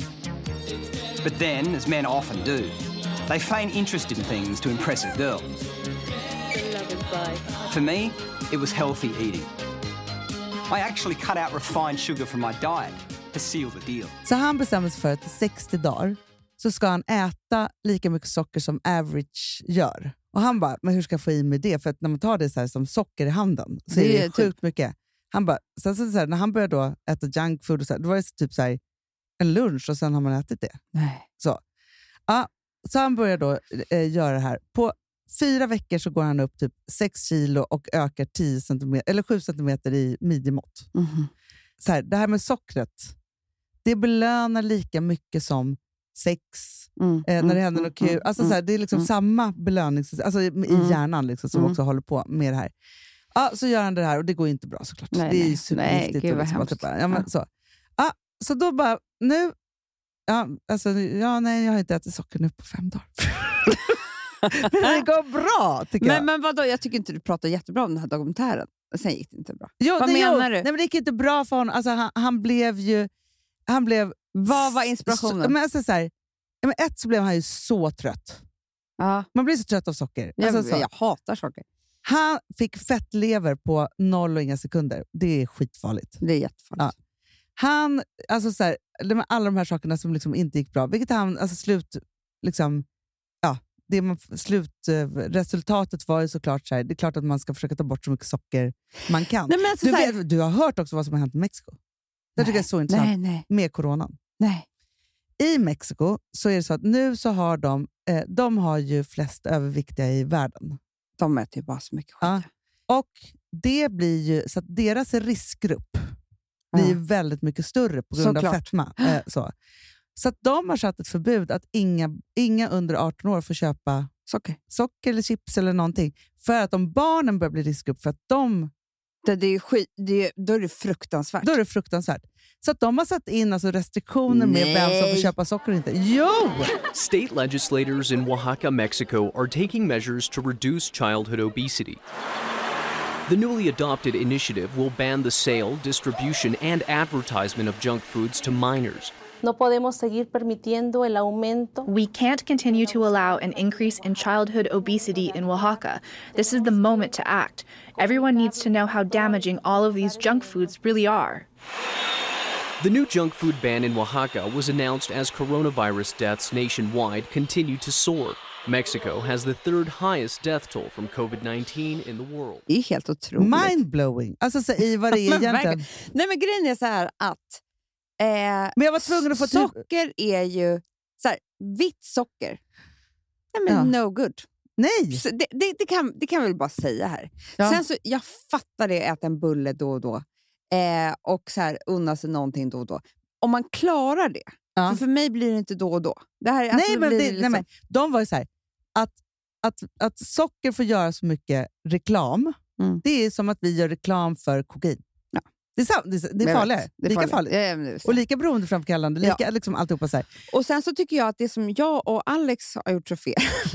But then, as men often do, they feign interest in things to impress a girl. For me, it was healthy eating. I actually cut out refined sugar from my diet to seal the deal. Så han bestämmer sig för att i sextio dagar så ska han äta lika mycket socker som average gör. Och han bara, men hur ska jag få i mig det? För att när man tar det så här som socker i handen så det är det sjukt typ mycket. Han bara, sen så, så här, när han började då äta junk food och så här, då var det typ så här en lunch och sen har man ätit det. Nej. Så. Ja, så han börjar då eh, göra det här. På fyra veckor så går han upp typ sex kilo och ökar tio centimeter, eller sju centimeter i midjemått. Mm-hmm. Så här, det här med sockret, det belönar lika mycket som sex, Mm, eh, när det händer mm, något kul. mm, alltså, mm, så här, det är liksom mm. samma belöning alltså, i Mm. hjärnan liksom, som Mm. också håller på med det här. Ja, så gör han det här och det går inte bra såklart. Nej, det är nej. ju supergiftigt. Nej, gud, och vad liksom, hemskt. att det bara, ja, men, Ja. så. Ja, så då bara, nu ja, alltså, ja, nej, jag har inte ätit socker nu på fem dagar. Men det går bra, tycker jag. Men, men vadå, jag tycker inte du pratar jättebra om den här dokumentären. Sen gick det inte bra. Jo, Vad det, menar jo, du? Nej, men det gick inte bra för honom. Alltså, han, han blev ju... Han blev... Vad var inspirationen? Så, men alltså, så här, ja, men ett så blev han ju så trött. Ja. Man blir så trött av socker. Jag, Alltså, så. jag hatar socker. Han fick fettlever på noll och inga sekunder. Det är skitfarligt. Det är jättefarligt. Ja. Han, alltså så här, de- alla de här sakerna som liksom inte gick bra, vilket han, alltså slut, liksom, ja, det man, slut, eh, resultatet var ju såklart så här, det är klart att man ska försöka ta bort så mycket socker man kan. Nej, men alltså, Du, så här- vet, du har hört också vad som har hänt i Mexiko. Det tycker jag är så intressant. Nej, nej, Med coronan. nej. I Mexiko så är det så att nu så har de, eh, de har ju flest överviktiga i världen. De äter ju bara så mycket skit. Ja. Och det blir ju, så att deras riskgrupp blir ju Ja. väldigt mycket större på grund Såklart. av fetma. Eh, så. så att de har satt ett förbud att inga, inga under arton år får köpa Socker. socker eller chips eller någonting. För att om barnen börjar bli riskgrupp för att de, Det, det är ju skit, det är, då är det fruktansvärt. då är det fruktansvärt. Så att de har satt in alltså restriktioner med vem som får Nej. köpa socker och inte. Jo! State legislators in Oaxaca, Mexico are taking measures to reduce childhood obesity. The newly adopted initiative will ban the sale, distribution, and advertisement of junk foods to minors. No podemos seguir permitiendo el aumento. We can't continue to allow an increase in childhood obesity in Oaxaca. This is the moment to act. Everyone needs to know how damaging all of these junk foods really are. The new junk food ban in Oaxaca was announced as coronavirus deaths nationwide continue to soar. Mexico has the third highest death toll from covid nineteen in the world. Det är helt otroligt. Mindblowing. Alltså så i vad det är Men egentligen. verkligen. Nej, men grejen är så här att eh, Men jag var tvungen att få till... socker är ju så här, vitt socker. Nej, men Ja. no good. Nej! Så det, det, det, kan, det kan jag väl bara säga här. Ja. Sen så, jag fattar det, äta en bulle då och då. Eh, och så här, unna sig någonting då och då. Om man klarar det. Ja. För, för mig blir det inte då och då. Det här, alltså, nej, men blir det, liksom, nej, men de var ju så här, att, att, att socker får göra så mycket reklam, Mm. det är som att vi gör reklam för kokain. Ja. Det är, sam, det är, det är Jag farligare. vet, det är lika farligt. farligt. Ja, men det är så. Och lika beroendeframkallande, lika liksom alltihopa så här. Och sen så tycker jag att det som jag och Alex har gjort så fel,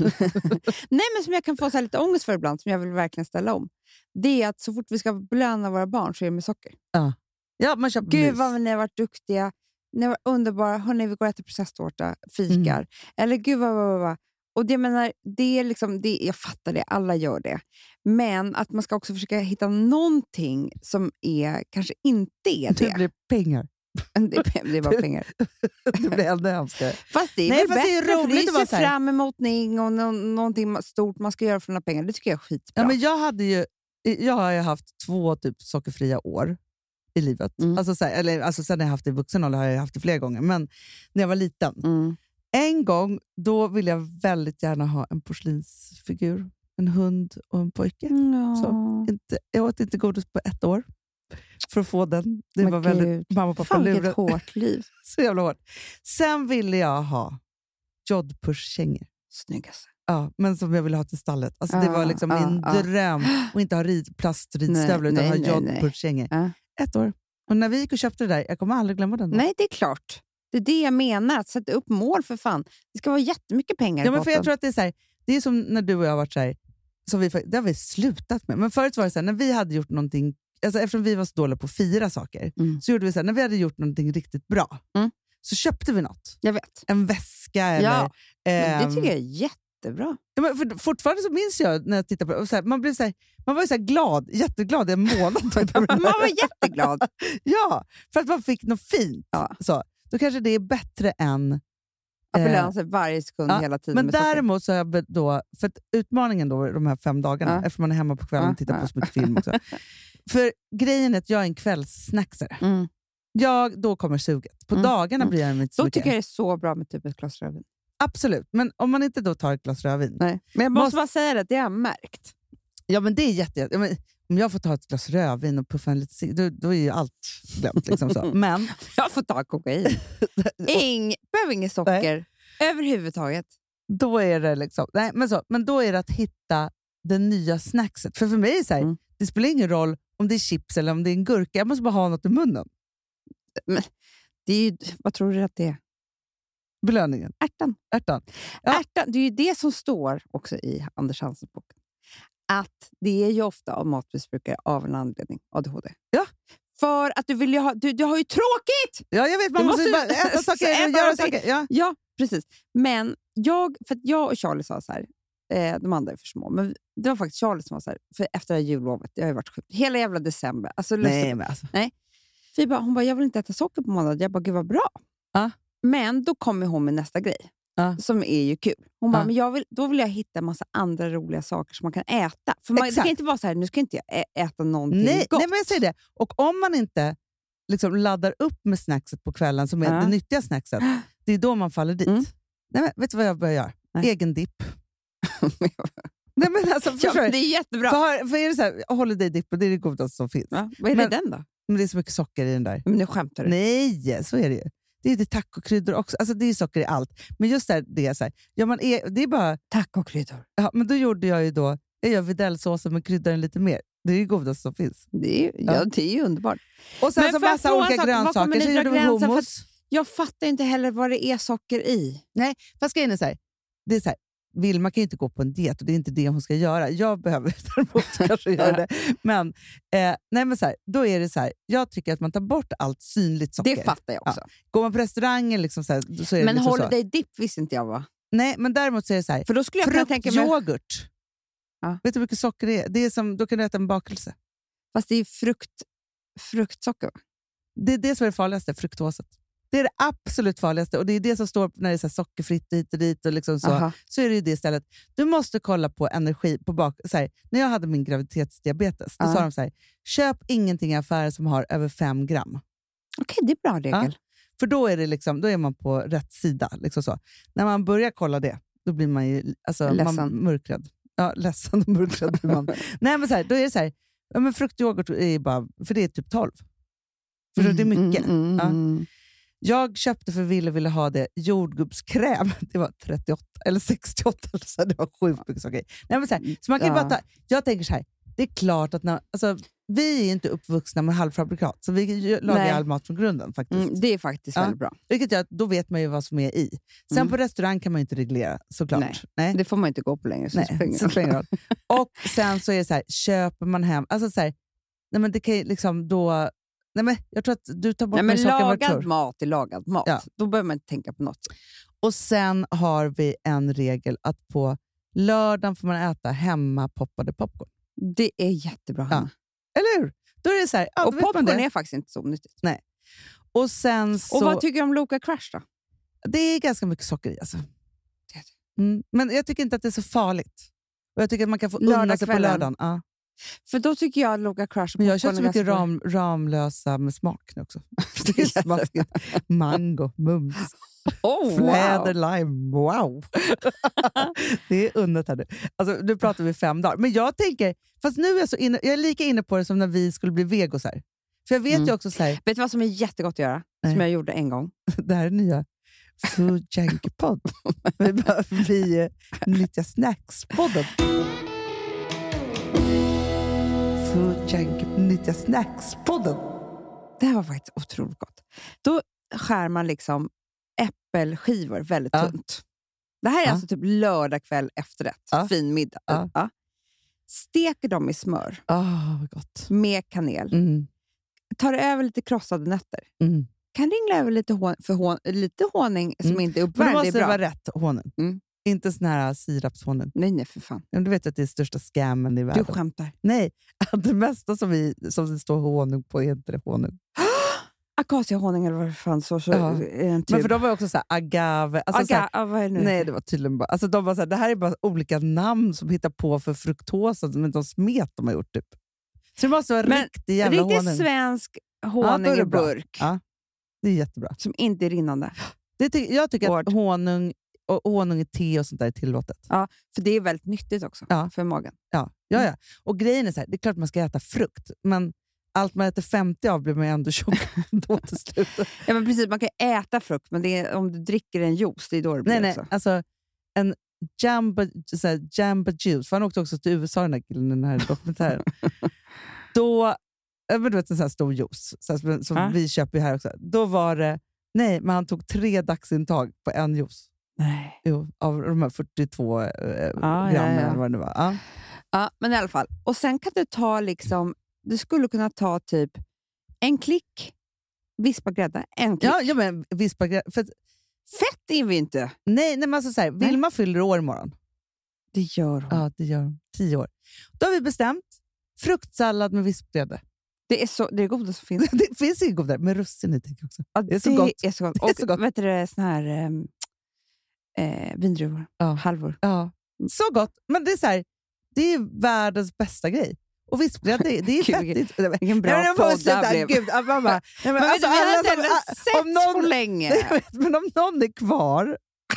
nej men som jag kan få så här lite ångest för ibland, som jag vill verkligen ställa om, det är att så fort vi ska belöna våra barn så är det med socker. Ja, man köper Gud mus. vad ni har varit duktiga, ni har varit underbara, hörni vi går och äter processtårta, fikar. Mm. Eller gud vad, vad, vad, vad. Och det menar, det är liksom, det, jag fattar det, alla gör det. Men att man ska också försöka hitta någonting som är, kanske inte är det. Det blir pengar. det, är, det är bara pengar. Det blir ännu hemskare. Fast det är Nej, väl fast det är bättre, för roligt det att vara är så se här. fram emot någonting och nå- någonting stort man ska göra för några pengar. Det tycker jag är skitbra. Ja, men jag, hade ju, jag har ju haft två typ sockerfria år i livet. Mm. Alltså, så här, eller, alltså, sen när jag haft det i vuxen ålder har jag haft det flera gånger. Men när jag var liten, Mm. en gång då ville jag väldigt gärna ha en porslinsfigur. En hund och en pojke. Ja. Så inte, jag åt inte godis på ett år för att få den. Det Men var gud. väldigt, mamma och pappa Fan vilket lurade. hårt liv. Så jävla hårt. Sen ville jag ha jodpush-kängor. Snyggaste. Ja, men som jag ville ha till stallet. Alltså, det Ah, var liksom ah, min ah. dröm. Och inte ha rid, plastridstövlar Nej, utan nej, ha nej, nej. jodpush-kängor. Ja. Ett år. Och när vi gick och köpte det där, jag kommer aldrig glömma den. Nej, det är klart. Det är det jag menar. Att sätta upp mål för fan. Det ska vara jättemycket pengar Ja, i men för jag botten. tror att det är så här, det är som när du och jag har varit så här, som vi, det har vi slutat med. Men förut var det så här, när vi hade gjort någonting, alltså eftersom vi var så dåliga på att fira saker, Mm. så gjorde vi så här, när vi hade gjort någonting riktigt bra, Mm. så köpte vi något. Jag vet. En väska eller... Ja, men det ehm, tycker jag är jätte... jättebra. Ja, men för, fortfarande så minns jag när jag tittar på det. Och så här, man, blev så här, man var ju så här glad, jätteglad i en månad. Man var jätteglad. Ja, för att man fick något fint. Ja. Så, då kanske det är bättre än... Att belöna sig varje sekund ja, hela tiden. men med socker. däremot så har jag då... För att utmaningen då, de här fem dagarna, Ja. eftersom man är hemma på kvällen Ja, och tittar ja. på så mycket film också. För grejen är att jag är en kvällssnacksare. Mm. Jag, då kommer suget. På Mm. dagarna Mm. bryr jag mig inte så Då mycket. tycker jag det är så bra med typ ett glas rödvin. Absolut, men om man inte då tar ett glas rödvin. Nej. Men jag måste, Måste- bara säga det, det har jag märkt. Ja, men det är jätte... Ja, men, om jag får ta ett glas rödvin och puffa en lite cigg, då, då är ju allt glömt. Liksom så. Men Jag får ta kokain. Ing, behöver inget socker överhuvudtaget. då är det liksom... Nej, men, så, men då är det att hitta det nya snackset. För för mig är det så här, Mm. det spelar ingen roll om det är chips eller om det är en gurka. Jag måste bara ha något i munnen. Men det är ju, vad tror du att det är? Belöningen. Ärtan. Ärtan. Ja. Ärtan. Det är ju det som står också i Anders Hansens bok. Att det är ju ofta av matmissbrukare av en anledning, A D H D. Ja. För att du vill ju ha, du, du har ju tråkigt! Ja, jag vet. Man Du måste, måste ju bara äta saker och äta göra någonting. saker. Ja. Ja, precis. Men jag, för att jag och Charlie sa så här, eh, de andra är för små, men det var faktiskt Charlie som var så här, för efter det här jullovet, jag har ju varit sjuk hela jävla december. Alltså, Nej, lustigt. men alltså. Vi bara, hon bara, jag vill inte äta socker på måndag. Jag bara, gud vad bra. Ja. Men då kommer hon med nästa grej. Ja. Som är ju kul. Hon bara, Ja. men jag vill, då vill jag hitta en massa andra roliga saker som man kan äta. För man, det Exakt. kan inte vara så här, nu ska inte jag ä- äta någonting Nej, gott. nej, men jag säger det. Och om man inte liksom laddar upp med snackset på kvällen, som är Ja. det nyttiga snackset, det är då man faller dit. Mm. Nej, men, vet du vad jag börjar göra? Nej. Egen dipp. Nej, men alltså, Ja, förstår men du? det är jättebra. För, för är det så här, holiday dip, och det är det godaste som finns. Ja, vad är Men- det den då? Men det är så mycket socker i den där. Men nu skämtar du. Nej, så är det ju. Det är det tacokryddor också. Alltså det är socker i allt. Men just där, det är så här, ja, man är, det är bara... Tacokryddor. Ja, men då gjorde jag ju då, jag gör videllsåsen men kryddar den lite mer. Det är det godaste som finns. Det är, ju- ja. Ja. det är ju underbart. Och sen Men så får jag massa fråga en olika sak? Var kommer grönsaker. ni Så dra gjorde vi gränsen? För hummus. Jag fattar inte heller vad det är socker i. Nej, fast grejen är så här, det är så här, Vilma kan ju inte gå på en diet och det är inte det hon ska göra. Jag behöver däremot kanske göra det. Men, eh, nej men så här, då är det så här, jag tycker att man tar bort allt synligt socker. Det fattar jag också. Ja. Går man på restaurangen liksom så, här, så är det Men liksom holiday så. dip visste inte jag va? Nej, men däremot så är det så här, För då skulle jag kunna tänka mig... fruktyoghurt. Ja. Vet du hur mycket socker det är? Det är som, då kan du äta en bakelse. Fast det är frukt, fruktsocker. Va? Det är det som är det farligaste, fruktoset. Det är det absolut farligaste och det är det som står när det är så här sockerfritt hit och dit och liksom så. Aha. Så är det ju det istället. Du måste kolla på energi på bak. Så här, när jag hade min graviditetsdiabetes, då Ja. sa de så här, köp ingenting i affärer som har över fem gram. Okej, det är bra regel. För då är, det liksom, då är man på rätt sida. Liksom så. När man börjar kolla det, då blir man ju alltså, Ledsen. man mörkrädd. Ja, ledsen och mörkrädd blir man. Nej, men så här, då är det så här, ja, men fruktyoghurt är bara, för det är typ tolv. För det är mycket. Mm, mm, Ja. mm. Jag köpte för Ville ville ha det jordgubbskräm. Det var trettioåtta eller sextioåtta. Eller så. Det var sjukt mycket saker. Nej, men så här, så man kan ju Ja. bara ta, jag tänker så här, det är klart att när, alltså, vi är inte uppvuxna med halvfabrikat, så vi ju- lagar Nej. all mat från grunden faktiskt. Mm, det är faktiskt Ja. väldigt bra. Vilket gör att då vet man ju vad som är i. Sen Mm. på restaurang kan man ju inte reglera, såklart. Nej. Nej. Det får man inte gå på längre. Så Nej, det spelar ingen så roll. spelar ingen roll. Och sen så är det så här, köper man hem, alltså så här, nej men det kan ju liksom då, nej men jag tror att du tar bort Nej, men mer saker än vad du lagad tror. mat är lagad mat. Ja. Då behöver man inte tänka på något. Och sen har vi en regel att på lördagen får man äta hemma poppade popcorn. Det är jättebra, Ja. Hanna. Eller hur? Då är det så här, ja, Och då vet man popcorn det. är faktiskt inte så onyttigt. Och sen så, Och vad tycker du om Loka Crash då? det är ganska mycket socker i alltså. Det är det. Mm. Men jag tycker inte att det är så farligt. Och jag tycker att man kan få unna sig på Lördagskvällen. lördagen. Ja. För då tycker jag att Loka Crash och Men jag har köpt popcorn så är mycket ganska ram, Ramlösa med smak nu också. Det är smaskigt. Mango, mums, bra. Oh, fläder, wow. lime. Wow! Det är unnet här nu. Alltså, nu pratar vi fem dagar. Men jag tänker, fast nu är jag, så inne, jag är lika inne på det som när vi skulle bli vegosar. För jag vet Mm. ju också så här, Vet du vad som är jättegott att göra? Nej. Som jag gjorde en gång. det här är nya Food Junkie-podd. vi bara, vi eh, nyttjar Snacks-podden. Food Junkie, nyttjar Snacks-podden. Det här var faktiskt otroligt gott. Då skär man liksom äppelskivor väldigt Ja. tunt. Det här är Ja. alltså typ lördag kväll efterrätt. Ja. Fin middag. Ja. Ja. Steker dem i smör Åh, vad gott. med kanel. Mm, Tar över lite krossade nötter. mm. Kan ringla över lite, hon, för hon, lite honung som Mm. inte är Men uppvärmd. det Det måste är bra. vara rätt honung. Mm. Inte sån här sirapshonung. Nej, nej, för fan. Du vet att det är största scammen i världen. Du skämtar. Nej, det mesta som, vi, som det står honung på är inte det honung. Akaciahonung eller vad det fanns. Så, så Ja. en typ. Men för de var också så här agave. Alltså, Aga, så här, ah, vad är det nu? nej, det var tydligen bara... Alltså, de var så här, det här är bara olika namn som hittar på för fruktosa som inte smet de har gjort typ. Så det måste vara Men riktig jävla riktigt honung. svensk Ja, honung då är det i bra. burk. Ja, det är jättebra. Som inte är rinnande. Det ty- jag tycker Hård. att honung och honung i te och sånt där är tillåtet. Ja, för det är väldigt nyttigt också Ja. för magen. Ja, ja, ja. Och grejen är så här, det är klart man ska äta frukt, men allt man äter femtio av blir man ju ändå tjock då till slut. Ja, men precis, man kan äta frukt, men det är, om du dricker en juice, det är då det blir Nej, nej, också. alltså en jamba, så här, jamba juice, för han åkte också till U S A den här killen, den här dokumentären. Då, men du vet en sån här stor juice, så här, som Ja. vi köper ju här också. Då var det, nej, men han tog tre dagsintag på en juice. Nej. Jo, av de här fyrtiotvå eh, ja, grammen ja. eller vad det var. Ja. Ja, men i alla fall. Och sen kan du ta liksom, du skulle kunna ta typ en klick vispa grädde, en klick. Ja, ja, men vispa gre- för att, Fett är vi inte. nej, nej, men alltså så här, Vilma fyller år imorgon. Det gör hon. Ja, det gör hon. Tio år. Då har vi bestämt fruktssallad med vispgrädde. Det är så, det är godast som finns. Det finns inget godare, med russin i tänker jag också. Ja, det är så gott. Är så gott. Det är Och så gott. vet du, det är såna här ehm, eh, vindruvor, Ja. halvor. Ja, så gott. Men det är så här, det är världens bästa grej. Och vispgrädde, det, det är Gud, fettigt. Vilken bra Nej, men jag får podd det sluta. här blev. Gud, jag bara, nej, men Men alltså, vet du, vi har alla inte som- heller ah, sett om någon- på länge. Jag vet, men om någon är kvar...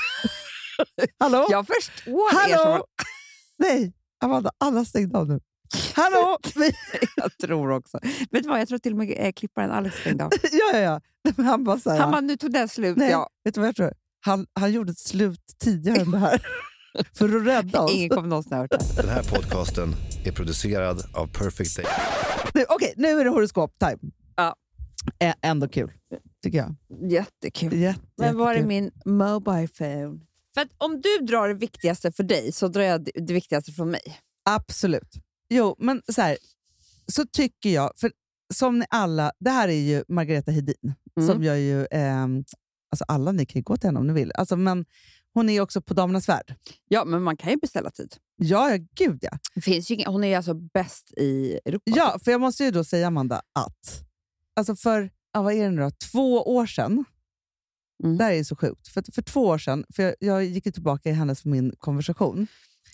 Hallå? Jag förstår er som... Hallå? Nej, Amanda, alla stängde av nu. Hallå? Vi- Jag tror också. Vet du vad, jag tror till och med eh, klipparen Alex stängde av. ja, ja, ja. Men han bara så här, Han bara, nu tog den slut. nej, Ja. vet du vad jag tror? Han, han gjorde ett slut tidigare än det här. För att rädda oss. Ingen kommer någonsin ha hört det. Den här podcasten är producerad av Perfect Day. Nu, Okej, nu är det horoskop-time. Ja. Ä- ändå kul, tycker jag. Jättekul. Jätte, Men var är jättekul. min mobile phone? För att om du drar det viktigaste för dig så drar jag det det viktigaste från mig. Absolut. Jo, men så här, så tycker jag, för som ni alla, det här är ju Margareta Hedin, Mm. som gör ju, eh, alltså alla ni kan ju gå till henne om ni vill, alltså, men hon är ju också på Damernas Värld. Ja, men man kan ju beställa tid. Ja, ja, gud ja. Det finns ju ingen, hon är ju alltså bäst i Europa. Ja, för jag måste ju då säga, Amanda, att alltså för, ja, vad är det nu då, två år sedan, Mm. det här är ju så sjukt, för, för två år sedan, för jag, jag gick ju tillbaka i hennes och min konversation,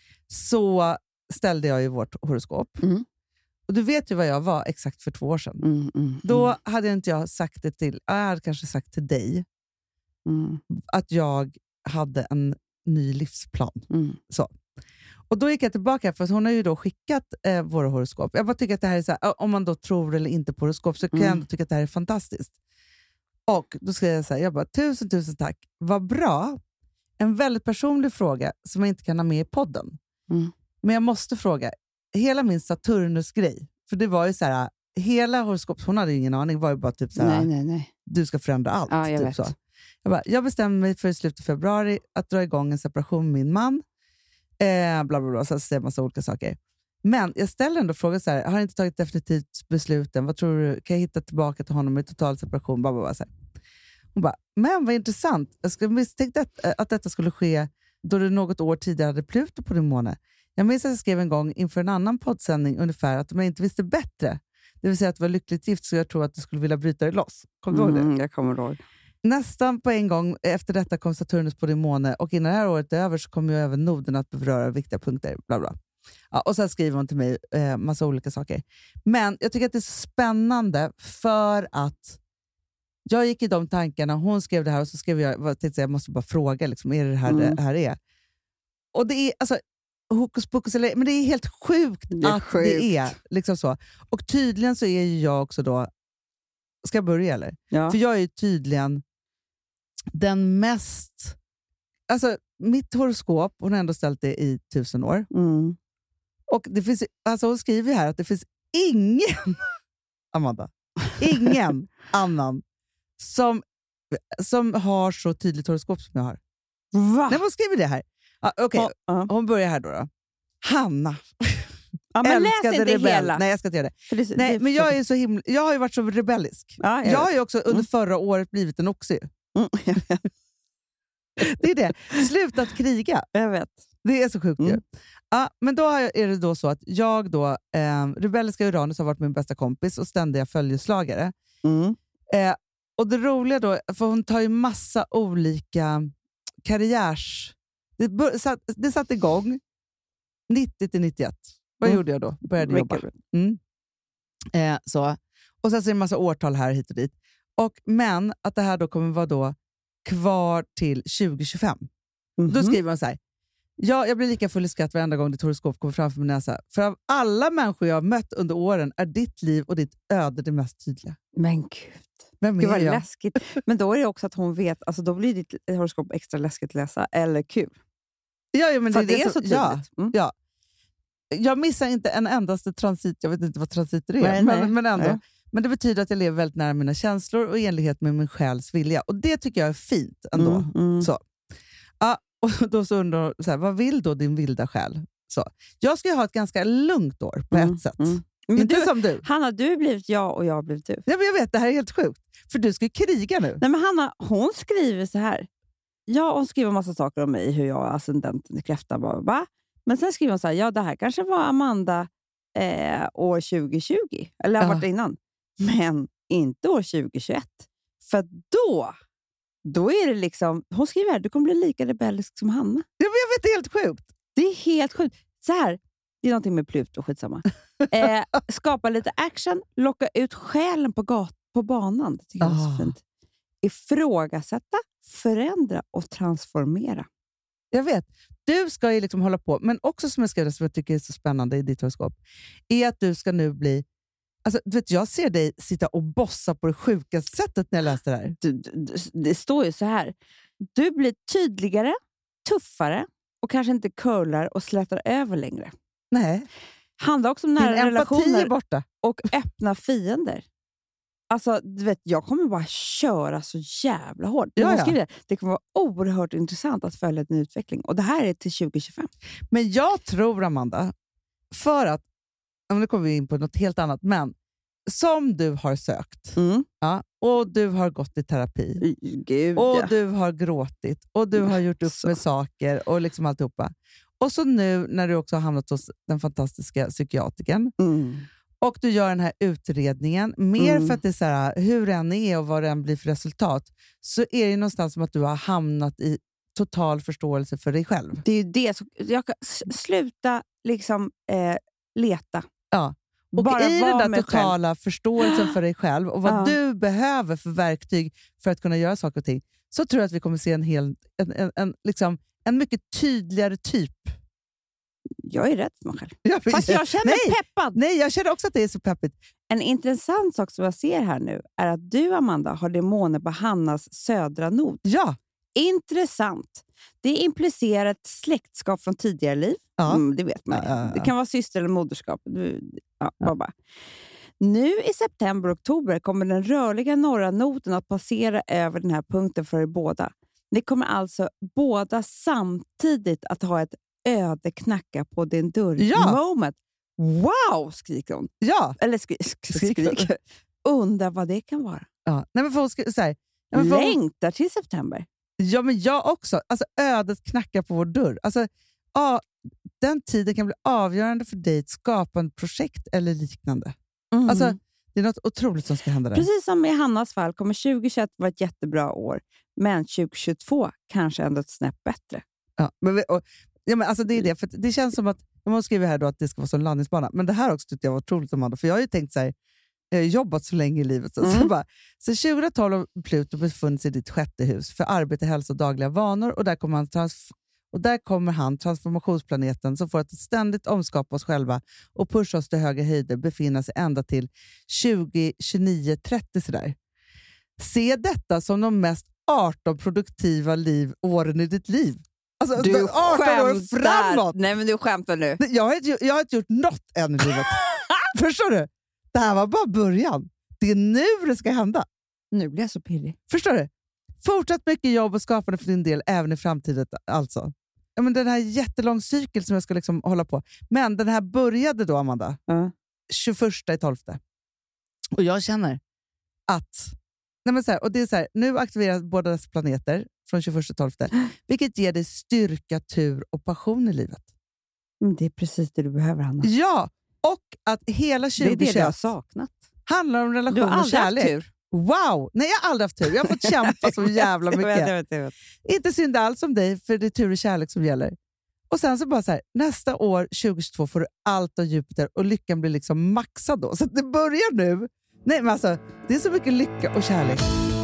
så ställde jag ju vårt horoskop. Mm. Och du vet ju vad jag var exakt för två år sedan. Mm, mm, Då hade inte jag sagt det till, jag hade kanske sagt till dig, mm, att jag hade en ny livsplan. mm. Så. Och då gick jag tillbaka, för att hon har ju då skickat eh, våra horoskop. Jag bara tycker att det här är så här, om man då tror eller inte på horoskop, så kan Mm. jag ändå tycka att det här är fantastiskt. Och då ska jag säga, jag bara, tusen tusen tack. Vad bra. En väldigt personlig fråga som jag inte kan ha med i podden. Mm. Men jag måste fråga, hela min Saturnus-grej, för det var ju så här, hela horoskop, hon hade ju ingen aning, var ju bara typ så här, Nej, nej, nej. du ska förändra allt. Ja, jag typ vet. så. Jag, bara, jag bestämmer mig för i slutet av februari att dra igång en separation med min man. Eh, bla bla bla, så säger jag massa olika saker. Men jag ställer ändå frågan så här, jag har inte tagit definitivt besluten, vad tror du, kan jag hitta tillbaka till honom i total separation? Bla, bla, bla, så här. Hon bara, men vad intressant. Jag skulle misstänka att, att detta skulle ske då du något år tidigare hade Pluto på din måne. Jag minns att jag skrev en gång inför en annan poddsändning ungefär att om jag inte visste bättre, det vill säga att du var lyckligt gift, så jag tror att du skulle vilja bryta dig loss. Kommer du ihåg det? Mm, jag kommer ihåg. Nästan på en gång efter detta kom Saturnus på din måne, och innan det här året är över så kommer ju även noden att beröra viktiga punkter. Bla bla. Ja, och sen skriver hon till mig eh, massa olika saker. Men jag tycker att det är så spännande, för att jag gick i de tankarna, hon skrev det här och så skrev jag, jag tänkte jag måste bara fråga, liksom, är det det här Mm. det här är? Och det är alltså hokus pokus, eller, men det är helt sjukt Det är att sjukt. det är liksom så. Och tydligen så är ju jag också då, ska jag börja eller? Ja. För jag är ju tydligen den mest... Alltså, mitt horoskop, hon har ändå ställt det i tusen år. Mm. Och det finns, alltså hon skriver ju här att det finns ingen, Amanda, ingen annan som, som har så tydligt horoskop som jag har. Va? Nej, hon skriver det här. Ah, Okej, Ja, ja. hon börjar här då. då. Hanna. Ja, men läs Älskade inte rebell. hela. Nej, jag ska inte göra det. För det- Nej, det- men jag, är så himla, jag har ju varit så rebellisk. Ja, jag jag har vet. ju också under förra året blivit en oxy. Mm. Det är det. Sluta att kriga. Jag vet. Det är så sjukt Mm. ju. Ja, men då har jag- är det då så att jag då, eh, rebelliska Uranus har varit min bästa kompis och ständiga följeslagare. Mm. Eh, och det roliga då, för hon tar ju massa olika karriärs... Det, bör, satt, det satt igång nittio till nittioett. Vad Mm. gjorde jag då? Började jobba. Mm. Eh, så. Och sen så är det en massa årtal här hit och dit. Och, men att det här då kommer vara då kvar till tjugo tjugofem. Mhm. Då skriver man så här. Ja, jag blir lika full i skratt varenda gång ditt horoskop kommer framför min näsa. För av alla människor jag har mött under åren är ditt liv och ditt öde det mest tydliga. Men gud. Vem Gud är vad jag? läskigt. Men då är det också att hon vet, alltså då blir ditt horoskop extra läskigt att läsa, eller kul. Ja, ja, men För det, det är så tydligt. Ja, Mm. ja. Jag missar inte en endaste transit. Jag vet inte vad transiter är. Nej, men, nej. men ändå. Nej. Men det betyder att jag lever väldigt nära mina känslor och i enlighet med min själs vilja. Och det tycker jag är fint ändå. Mm, mm. Så. Ja, och då så undrar så här, vad vill då din vilda själ? Så. Jag ska ju ha ett ganska lugnt år på Mm, ett sätt. mm. Men Inte du, som du. Hanna, du har blivit jag och jag har blivit du. Ja, men jag vet, det här är helt sjukt. För du ska ju kriga nu. Nej, men Hanna, hon skriver så här. Ja, hon skriver massa saker om mig, hur jag är ascendenten i kräftan. Bara, bara. Men sen skriver hon så här, ja det här kanske var Amanda eh, år tjugo tjugo. Eller har Ja. varit innan. Men inte år tjugo tjugoett. För då, då är det liksom, hon skriver här, du kommer bli lika rebellisk som Hanna. Ja, men jag vet, det är helt sjukt. Det är helt sjukt. Så här, det är någonting med Pluto, skitsamma. Eh, skapa lite action, locka ut själen på, gat, på banan. Det tycker jag är Ah. så fint. Ifrågasätta, förändra och transformera. Jag vet. Du ska ju liksom hålla på, men också som jag skrev, som jag tycker är så spännande i ditt horoskop, är att du ska nu bli... Alltså, du vet, jag ser dig sitta och bossa på det sjukaste sättet när jag läste det här. Du, du, det står ju så här. Du blir tydligare, tuffare och kanske inte curlar och slätar över längre. Nej. Handlar också om Din nära empati är relationer borta. och öppna fiender. Alltså, du vet, jag kommer bara köra så jävla hårt. Ja, Jag ja. skriver det. Det kommer vara oerhört intressant att följa din utveckling. Och det här är till tjugo tjugofem. Men jag tror, Amanda, för att... Ja, nu kommer vi in på något helt annat, men som du har sökt, Mm. ja, och du har gått i terapi, Gud, och ja. du har gråtit, och du har gjort upp Så. med saker, och liksom alltihopa. Och så nu när du också har hamnat hos den fantastiska psykiatriken, Mm. och du gör den här utredningen, mer Mm. för att det är så här, hur den är och vad den blir för resultat, så är det någonstans som att du har hamnat i total förståelse för dig själv. Det är ju det. Så jag kan s- sluta liksom eh, leta. Ja. Och Bara i vara den där mig totala förståelsen för dig själv och vad Ja. du behöver för verktyg för att kunna göra saker och ting, så tror jag att vi kommer se en, hel, en, en, en, liksom, en mycket tydligare typ. Jag är rädd för mig själv. Jag vet- Fast jag känner nej, mig peppad. Nej, jag känner också att det är så peppigt. En intressant sak som jag ser här nu är att du, Amanda, har demoner på Hannas södra nod. Ja. Intressant. Det implicerar ett släktskap från tidigare liv. Ja. Mm, det vet man ju. Ja, ja, ja. Det kan vara syster eller moderskap. Du, ja, bara, bara. Nu i september och oktober kommer den rörliga norra noden att passera över den här punkten för er båda. Ni kommer alltså båda samtidigt att ha ett öde knacka på din dörr. Ja. Moment. Wow, skriker hon. Ja. Eller skri sk Skriker. skriker. Undrar vad det kan vara. Ja. Nej, men för hon ska, så här, ja, men för hon, Längtar till september. ja, men jag också. Alltså, ödet knackar på vår dörr. Alltså, ja, den tiden kan bli avgörande för dig att skapa ett projekt eller liknande. Mm. Alltså, det är något otroligt som ska hända där. Precis som i Hannas fall kommer tjugo tjugoett vara ett jättebra år. Men tjugo tjugotvå kanske ändå ett snäpp bättre. Ja, men, vi- och, ja, men alltså det är det, för att det känns som att, jag måste skriva här då att det ska vara som landningsbana, men det här också tyckte jag var otroligt, Amanda, för jag har ju tänkt så här, jag har jobbat så länge i livet. Så, Mm. så, bara, så tjugo tolv har Pluto befunnit sig i ditt sjätte hus för arbete, hälsa och dagliga vanor, och där kommer han, trans, och där kommer han transformationsplaneten som får att ständigt omskapa oss själva och pusha oss till höga höjder, befinna sig ända till tjugo, tjugonio, trettio sådär. Se detta som de mest arton produktiva liv, åren i ditt liv. Alltså, Du arton år skämtar. framåt! Nej, men du skämtar nu. Jag har, inte, jag har inte gjort något än i livet. Förstår du? Det här var bara början. Det är nu det ska hända. Nu blir jag så pirrig. Förstår du? Fortsatt mycket jobb och skapande för din del även i framtiden. Alltså. Ja, men den här jättelång cykel som jag ska liksom hålla på. Men den här började då, Amanda, Ja. tjugoförsta i tolfte. Och jag känner att Nej, men så här, och det är så här, nu aktiveras båda dessa planeter från tjugoförsta tolfte, vilket ger dig styrka, tur och passion i livet. Mm, det är precis det du behöver, Hanna. Ja, och att hela tjugo tjugoett det är det du har saknat. handlar om relation Du har och aldrig kärlek. haft tur. Wow! Nej, jag har aldrig haft tur. Jag har fått kämpa så jävla mycket. jag vet, jag vet, jag vet. Inte synd alls om dig, för det är tur och kärlek som gäller. Och sen så bara så här, nästa år, tjugo tjugotvå, får du allt av Jupiter och lyckan blir liksom maxad då. Så att det börjar nu. Nej, men alltså, det är så mycket lycka och kärlek.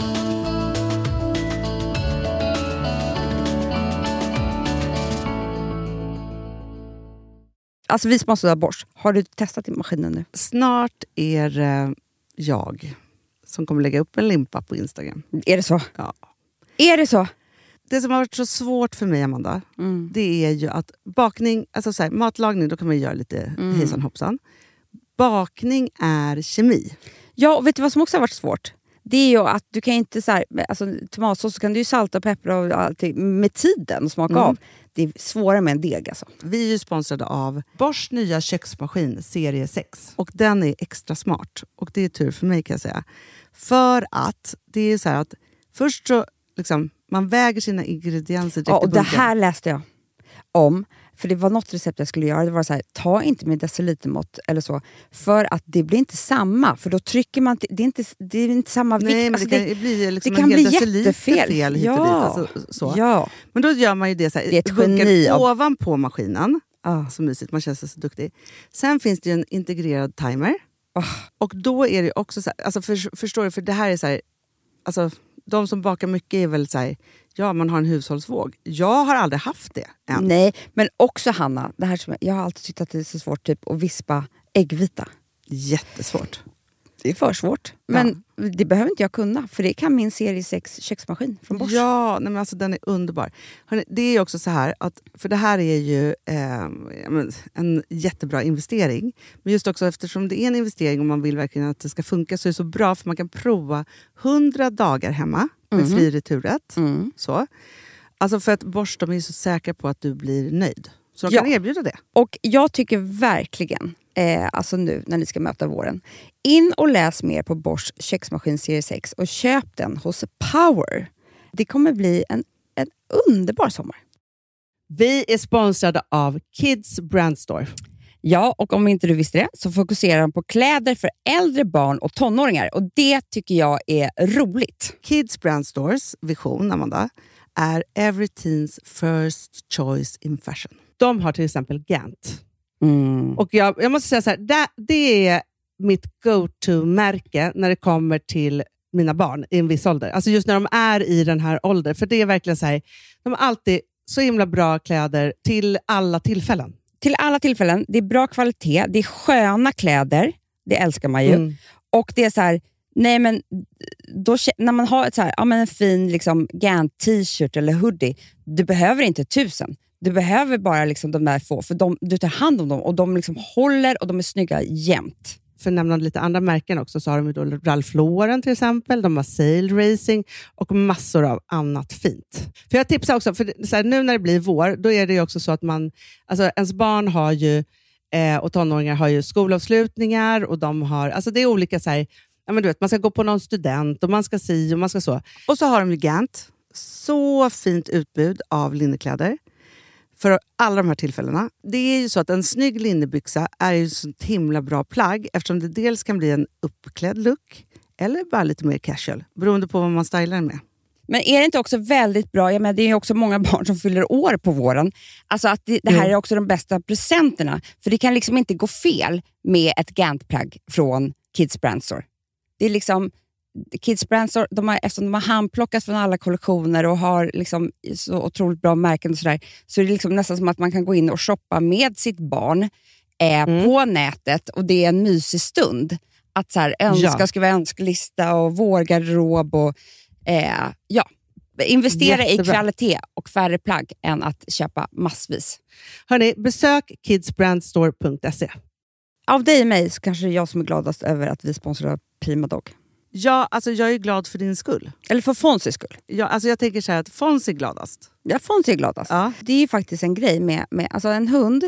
Alltså vi sponsrar av Bosch. Har du testat i maskinen nu? Snart är eh, jag som kommer lägga upp en limpa på Instagram. Är det så? Ja. Är det så? Det som har varit så svårt för mig, Amanda, Mm. det är ju att bakning, alltså så här, matlagning, då kan man ju göra lite Mm. hejsan hoppsan. Bakning är kemi. Ja, och vet du vad som också har varit svårt? Det är ju att du kan inte så här, alltså tomatsås så kan du ju salta och peppra och allting med tiden och smaka Mm. av. Det är svårare med en deg alltså. Vi är ju sponsrade av Bosch nya köksmaskin serie sex. Och den är extra smart. Och det är tur för mig, kan jag säga. För att det är så här att först så liksom, man väger sina ingredienser direkt Ja, och i det bunken. här läste jag om. För det var något recept jag skulle göra. Det var så här, ta inte med decilitermått eller så. För att det blir inte samma. För då trycker man... T- det, är inte, det är inte samma vikt. Nej, men Alltså, det kan bli liksom det kan en hel bli deciliter jättefel. fel hit och Ja. dit. Alltså, så. Ja. Men då gör man ju det så här, Det är ett bunkar geni av- ovanpå maskinen. Ah. Så mysigt, man känns så duktig. Sen finns det ju en integrerad timer. Ah. Och då är det också så här, alltså för, förstår du, för det här är så här, alltså de som bakar mycket är väl så här, ja, man har en hushållsvåg. Jag har aldrig haft det än. Nej, men också Hanna, det här som jag, jag har alltid tyckt att det är så svårt typ, att vispa äggvita. Jättesvårt. Det är för svårt. Men det behöver inte jag kunna, för det kan min serie sex köksmaskin från Bosch. Ja, nej men alltså den är underbar. Hörrni, det är ju också så här, att, för det här är ju eh, men, en jättebra investering. Men just också eftersom det är en investering och man vill verkligen att det ska funka, så är det så bra för man kan prova hundra dagar hemma med Mm. fri returrätt. Mm. Så. Alltså för att Bosch, de är så säkra på att du blir nöjd. Så de Ja. kan erbjuda det. Och jag tycker verkligen, eh, alltså nu när ni ska möta våren, in och läs mer på Bosch köksmaskin serie sex och köp den hos Power. Det kommer bli en, en underbar sommar. Vi är sponsrade av Kids Brand Store. Ja, och om inte du visste det så fokuserar de på kläder för äldre barn och tonåringar. Och det tycker jag är roligt. Kids Brand Stores vision, Amanda, är every teens first choice in fashion. De har till exempel Gant. Mm. Och jag, jag måste säga så här, det, det är mitt go-to-märke när det kommer till mina barn i en viss ålder. Alltså just när de är i den här åldern. För det är verkligen så här, de har alltid så himla bra kläder till alla tillfällen. Till alla tillfällen, det är bra kvalitet, det är sköna kläder, det älskar man ju. Mm. Och det är så här, nej men då, när man har ett så här, ja, men en fin liksom, Gant t-shirt eller hoodie, du behöver inte tusen. Du behöver bara liksom, de där få, för de, du tar hand om dem och de liksom håller och de är snygga jämt. För att nämna lite andra märken också, så har de ju då Ralph Lauren till exempel, de har Sail Racing och massor av annat fint. För jag tipsar också, för så här, nu när det blir vår, då är det ju också så att man, alltså ens barn har ju, eh, och tonåringar har ju skolavslutningar och de har, alltså det är olika så här, ja men du vet, man ska gå på någon student och man ska si och man ska så. Och så har de ju Gant, så fint utbud av linnekläder. För alla de här tillfällena. Det är ju så att en snygg linnebyxa är ju så ett himla bra plagg, eftersom det dels kan bli en uppklädd look eller bara lite mer casual, beroende på vad man stylar med. Men är det inte också väldigt bra, jag menar, det är ju också många barn som fyller år på våren, alltså att det, det här Mm. är också de bästa presenterna, för det kan liksom inte gå fel med ett Gant-plagg från Kids Brand Store. Det är liksom Kids Brand Store, de har, eftersom de har handplockat från alla kollektioner och har liksom så otroligt bra märken och sådär, så är det liksom nästan som att man kan gå in och shoppa med sitt barn eh, Mm. på nätet, och det är en mysig stund att så här, önska, Ja. skriva önskelista och vårgarderob och eh, ja, investera Jättebra. i kvalitet och färre plagg än att köpa massvis. Hörrni, besök kids brand store punkt se. Av dig och mig så kanske det är jag som är gladast över att vi sponsrar Prima Dog. Ja, alltså jag är glad för din skull. Eller för Fonzys skull. Ja, alltså jag tänker så här att Fons är gladast. Ja, Fonzie är gladast. Ja. Det är ju faktiskt en grej med, med alltså en hund.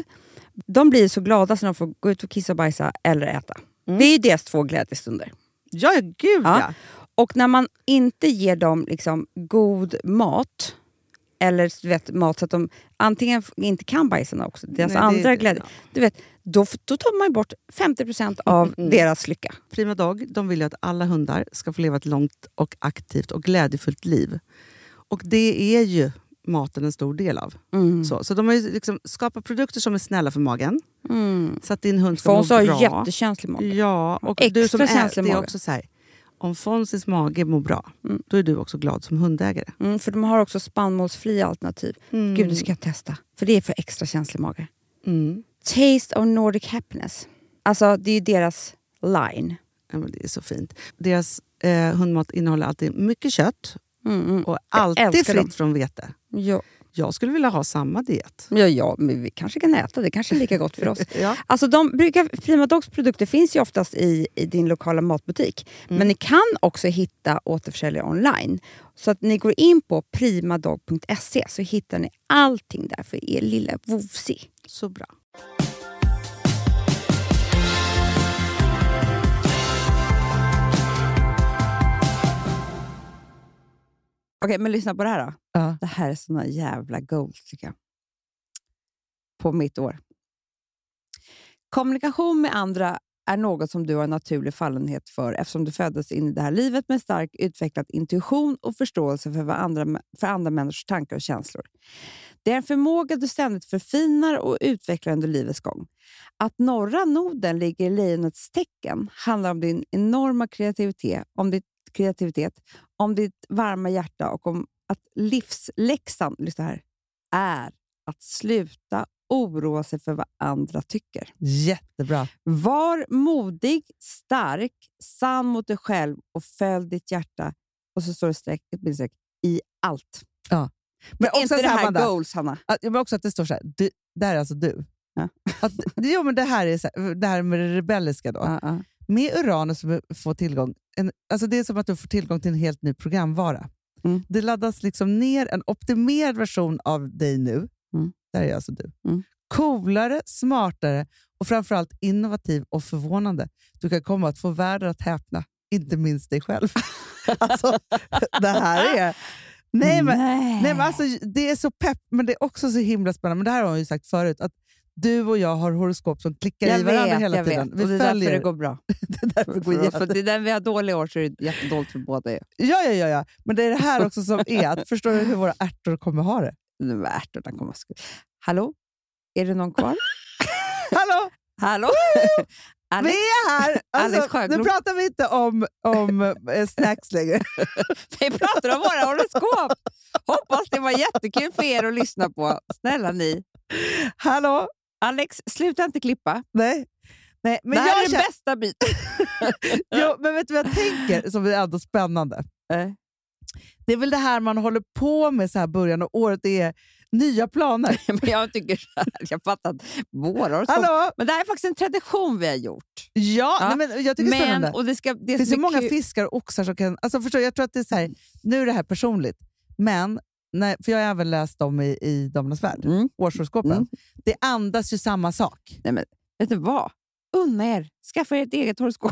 De blir så glada när de får gå ut och kissa och bajsa eller äta. Mm. Det är ju deras två glädjestunder. Ja, gud ja. Ja. Och när man inte ger dem liksom god mat, eller du vet, mat så att de antingen inte kan bajsa också, deras Nej, andra det, glädje, ja. du vet, då, då tar man bort femtio procent av Mm. deras lycka. Prima Dog, de vill ju att alla hundar ska få leva ett långt och aktivt och glädjefullt liv. Och det är ju maten en stor del av. Mm. Så, så de har ju liksom skapat produkter som är snälla för magen. Mm. Så att din hund ska Fons må har bra. jättekänslig mage. Ja, och Extra du som är, känslig det är mage. också så här. Om Fonsis mage mår bra, Mm. då är du också glad som hundägare. Mm, för de har också spannmålsfria alternativ. Mm. Gud, det ska jag testa. För det är för extra känslig mage. Mm. Taste of Nordic Happiness. Alltså, det är ju deras line. Ja, men det är så fint. Deras eh, hundmat innehåller alltid mycket kött Mm, mm. och alltid älskar fritt dem. från vete. Ja. Jag skulle vilja ha samma diet. Ja, ja, men vi kanske kan äta. Det kanske är lika gott för oss. Ja. Alltså, de brukar, Prima Dogs produkter finns ju oftast i, i din lokala matbutik. Mm. Men ni kan också hitta återförsäljare online. Så att ni går in på primadog punkt se så hittar ni allting där för er lilla vovsi. Så bra. Okej, men lyssna på det här då. Ja. Det här är såna jävla goals tycker jag. På mitt år. Kommunikation med andra är något som du har en naturlig fallenhet för eftersom du föddes in i det här livet med stark utvecklad intuition och förståelse för, vad andra, för andra människors tankar och känslor. Det är en förmåga du ständigt förfinar och utvecklar under livets gång. Att norra noden ligger i lejonets tecken handlar om din enorma kreativitet, om ditt kreativitet, om ditt varma hjärta och om att livsläxan, lyssna här, är att sluta oroa sig för vad andra tycker. Jättebra. Var modig, stark, sann mot dig själv och följ ditt hjärta. Och så står det streck, ett streck, i allt. Ja. Men Men det är också inte det så här, här Amanda, goals, Hanna. att, men också att det står så här, du, det här är alltså du. Ja. Att, jo, men det här är så här, det här med det rebelliska då. Ja, ja. Med Uranus får tillgång, en, alltså det är som att du får tillgång till en helt ny programvara. Mm. Det laddas liksom ner en optimerad version av dig nu. Mm. Där är alltså du. Mm. Coolare, smartare och framförallt innovativ och förvånande. Du kan komma att få världen att häpna. Inte minst dig själv. Alltså, det här är... Nej, men, Nej. nej, men alltså, det är så pepp, men det är också så himla spännande. Men det här har jag ju sagt förut, att du och jag har horoskop som klickar Jag i varandra vet, hela jag tiden. vet. Och det är därför det går bra. det är därför det går För, jätte- för det är den vi har dåliga år så är det jättedåligt för båda. ja, ja, ja, ja. Men det är det här också som är att förstår du hur våra ärtor kommer ha det? Nu var ärtorna kommer att... Hallå? Är det någon kvar? Hallå! Hallå? Vi är här! Alex Alltså, Sjöblom. nu pratar vi inte om, om eh, snacks längre. Vi pratar om våra horoskop. Hoppas det var jättekul för er att lyssna på. Snälla ni. Hallå? Alex, sluta inte klippa. Nej. Nej, men det här jag är den känner- bästa biten. Jo, men vet du vad jag tänker som är ändå spännande? Nej. Det är väl det här man håller på med så här början av året. Det är nya planer. Men jag tycker så här, jag fattar att våra horoskop. Hallå? Men det här är faktiskt en tradition vi har gjort. Ja, Ja. nej, men jag tycker det är Men, spännande. och det, ska, det, Det finns som ju är många kul- fiskar och oxar som kan... Alltså förstår, jag tror att det är så här, nu är det här personligt, men nej, för jag har även läst dem i, i Damernas Värld, Mm. årshoroskopen. Mm. Det andas ju samma sak. Nej, men vet du vad? Unna er. Skaffa er ett eget horoskop.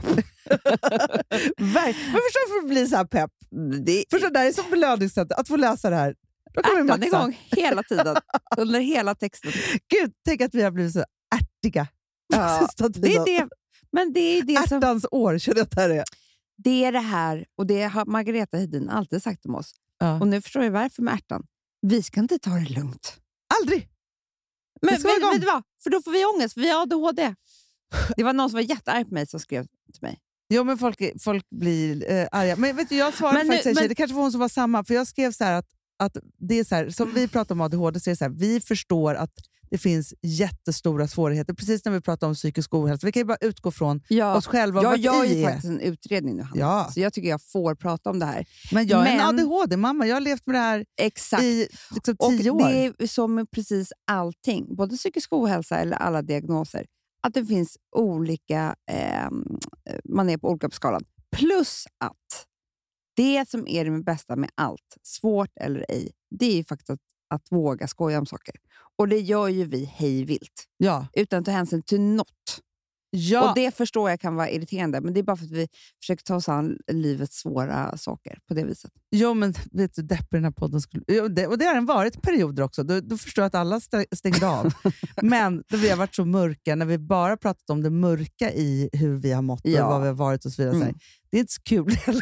Verk- men förstår du för att bli så här pepp? Det Förstår, det här är som belöningssätt att få läsa det här. Då kommer vi ärtan maxa. igång hela tiden. Under hela texten. Gud, tänk att vi har blivit så ärtiga. Ja, Sista det är tiden. det. Men det är det som... Ärtans år, känner jag att det här är. Det är det här, och det har Margareta Hedin alltid sagt om oss. Ja. Och nu förstår jag varför med ärtan. Vi ska inte ta det lugnt. Aldrig! Men Vi ska vara vet, igång. vet du vad? För då får vi ångest, för vi har A D H D. Det var någon som var jättearg på mig som skrev till mig. Jo, men folk, folk blir eh, arga. Men vet du, jag svarade Men nu- faktiskt en tjej, men- det kanske var hon som var samma, för jag skrev så här att, att det är så här, som vi pratar om A D H D, så är det så här, vi förstår att det finns jättestora svårigheter, precis när vi pratar om psykisk ohälsa. Vi kan ju bara utgå från Ja, oss själva. jag vart gör i ju är. faktiskt en utredning nu, Hanna. Ja. Så jag tycker jag får prata om det här. Men jag är en Men- A D H D-mamma, jag har levt med det här Exakt. i liksom, Och tio år. det är som med precis allting, både psykisk ohälsa eller alla diagnoser, att det finns olika, eh, man är på olika på skalan. Plus att det som är det bästa med allt, svårt eller ej, det är ju faktiskt att, att våga skoja om saker. Och det gör ju vi hej vilt, Ja. utan att ta hänsyn till något. Ja. Och det förstår jag kan vara irriterande, men det är bara för att vi försöker ta oss an livets svåra saker på det viset. Jo, men vet du, depp i den här podden skulle... Jo, det, och det har den varit perioder också. Då, då förstår jag att alla stängde av. Men då vi har varit så mörka, när vi bara pratat om det mörka i hur vi har mått och Ja. vad vi har varit och så vidare. Mm. Så det är inte så kul heller.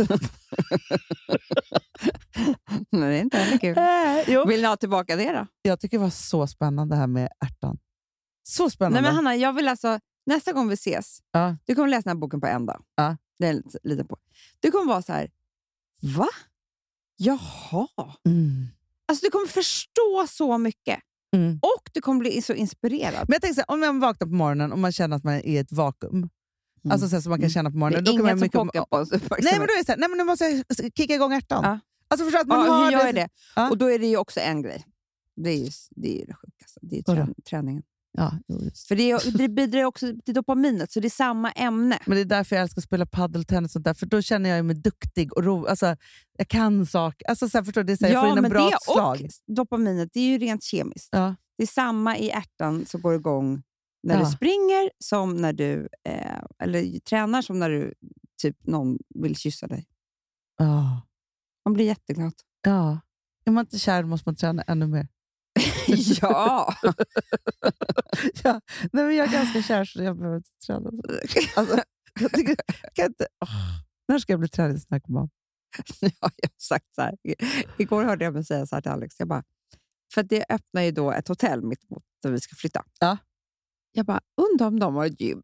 Nej, det är inte heller kul. Äh, jo. Vill ni ha tillbaka det då? Jag tycker det var så spännande här med ärtan. Så spännande. Nej, men Hanna, jag vill alltså, nästa gång vi ses, ja. du kommer läsa den här boken på en dag. Ja. Det är en liten på. Du kommer vara så här, va? Jaha. Mm. Alltså du kommer förstå så mycket. Mm. Och du kommer bli så inspirerad. Men jag tänker så här, om jag vaknar på morgonen och man känner att man är i ett vakuum. Mm. Alltså så här, som man kan känna på morgonen. Det är då kan inget man som mycket... pockar på oss. Nej, men då är det så här, nej, men nu måste jag kicka igång ärtan. Ja. Alltså förstå att man Ja, har hur gör det. jag det? Ja. Och då är det ju också en grej. Det är ju det, är ju det sjukaste. Det är ju trän- träningen. Ja, just. För det, är, det bidrar också till dopaminet, så det är samma ämne. Men det är därför jag älskar att spela paddeltennis och sånt där, för då känner jag mig duktig och ro, alltså, jag kan saker. Alltså, så här, förstår du? Det är så här, jag får in en men bra det slag. och dopaminet, det är ju rent kemiskt. Ja. Det är samma i ärtan som går igång när Ja. du springer, som när du eh, eller tränar, som när du typ någon vill kyssa dig. Ja. Man blir jätteglad. Ja. Är man inte kär måste man träna ännu mer. Ja! Ja. Nej, men jag är ganska kär så jag behöver inte träna. Alltså, jag tycker, jag kan inte, oh. När ska jag bli träningsnarkoman? Ja, jag har sagt så här. Igår hörde jag mig säga så här till Alex. Jag bara, för att det öppnar ju då ett hotell mitt mot där vi ska flytta. Ja. Jag bara, undrar om de har ett gym.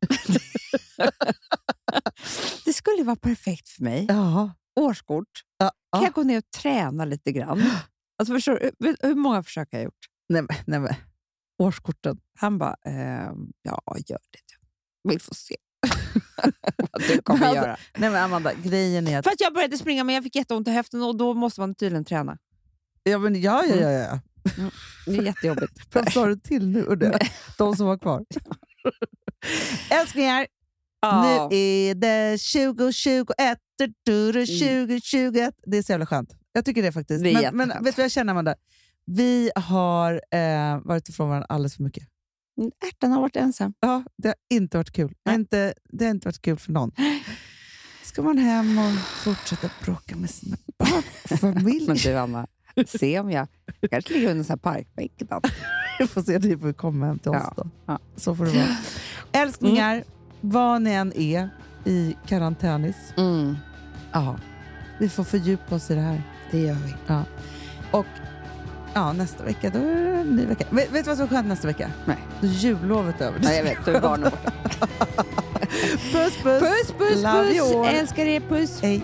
Det skulle vara perfekt för mig. Ja. Årskort. Ja. Kan jag gå ner och träna lite grann? Alltså förstår du, hur, hur många försök har jag gjort? Nej, men, nej, men. Årskorten. Han bara, ehm, ja, gör det du. Vi får se. Vad du kommer alltså, göra. Nej, men Amanda, grejen är att... För att jag började springa, men jag fick jätteont i höften och då måste man tydligen träna. Ja, men, ja, ja, ja, ja. Mm. Det är jättejobbigt. Varför sa du till nu? Och det, de som var kvar. Älsklingar, Ja. nu är det tjugo tjugoett. tjugo tjugoett. Det är så jävla skönt. Jag tycker det faktiskt. Det är men, men vet du vad jag känner, Amanda? Vi har eh, varit ifrån varandra alldeles för mycket. Ärtan har varit ensam. Ja, det har inte varit kul. Det har inte, det har inte varit kul för någon. Ska man hem och fortsätta bråka med sina barn och familj? Men du, Anna, se om jag, jag kanske ligger under en sån här parkbänk ibland. Vi får se, du får komma hem till oss Ja. då. Ja. Så får det vara. Älsklingar, mm. vad ni än är i karantänis. Mm. Ja, vi får fördjupa oss i det här. Det gör vi. Ja. Och ja, nästa vecka, då är det en ny vecka. Vet, vet du vad som är skönt nästa vecka? Nej. Då är jullovet över. Ja, jag vet, då är barnen borta. Puss, puss. Puss, puss, Love puss. you all. Älskar er, puss. Hej.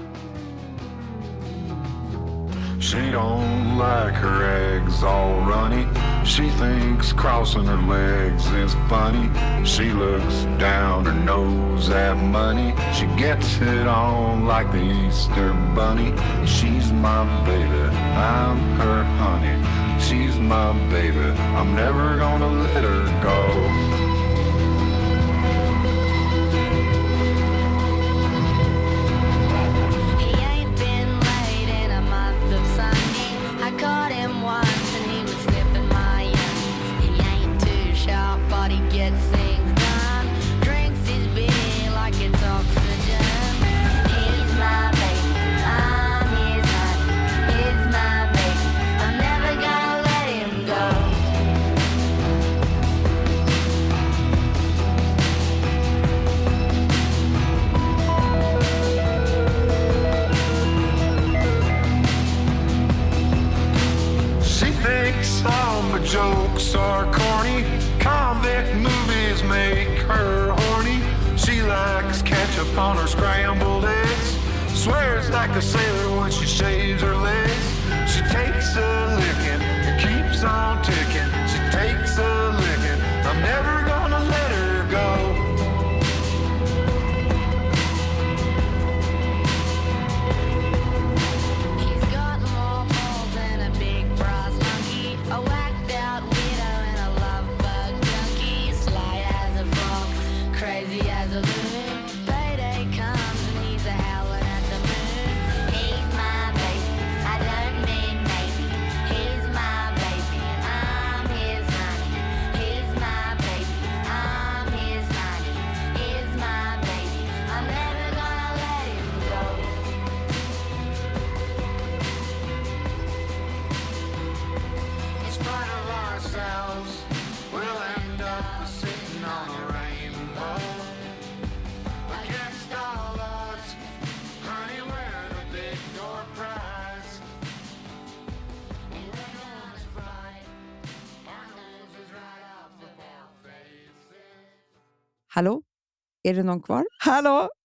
She don't like her eggs all runny. She thinks crossing her legs is funny. She looks down her nose at money. She gets it on like the Easter bunny. She's my baby, I'm her honey. She's my baby, I'm never gonna let her go. All my jokes are corny. Convict movies make her horny. She likes ketchup on her scrambled eggs. Swears like a sailor when she shaves her legs. She takes a licking and keeps on ticking. She takes a licking. I'm never gonna let her go. Hallå? Är det någon kvar? Hallå?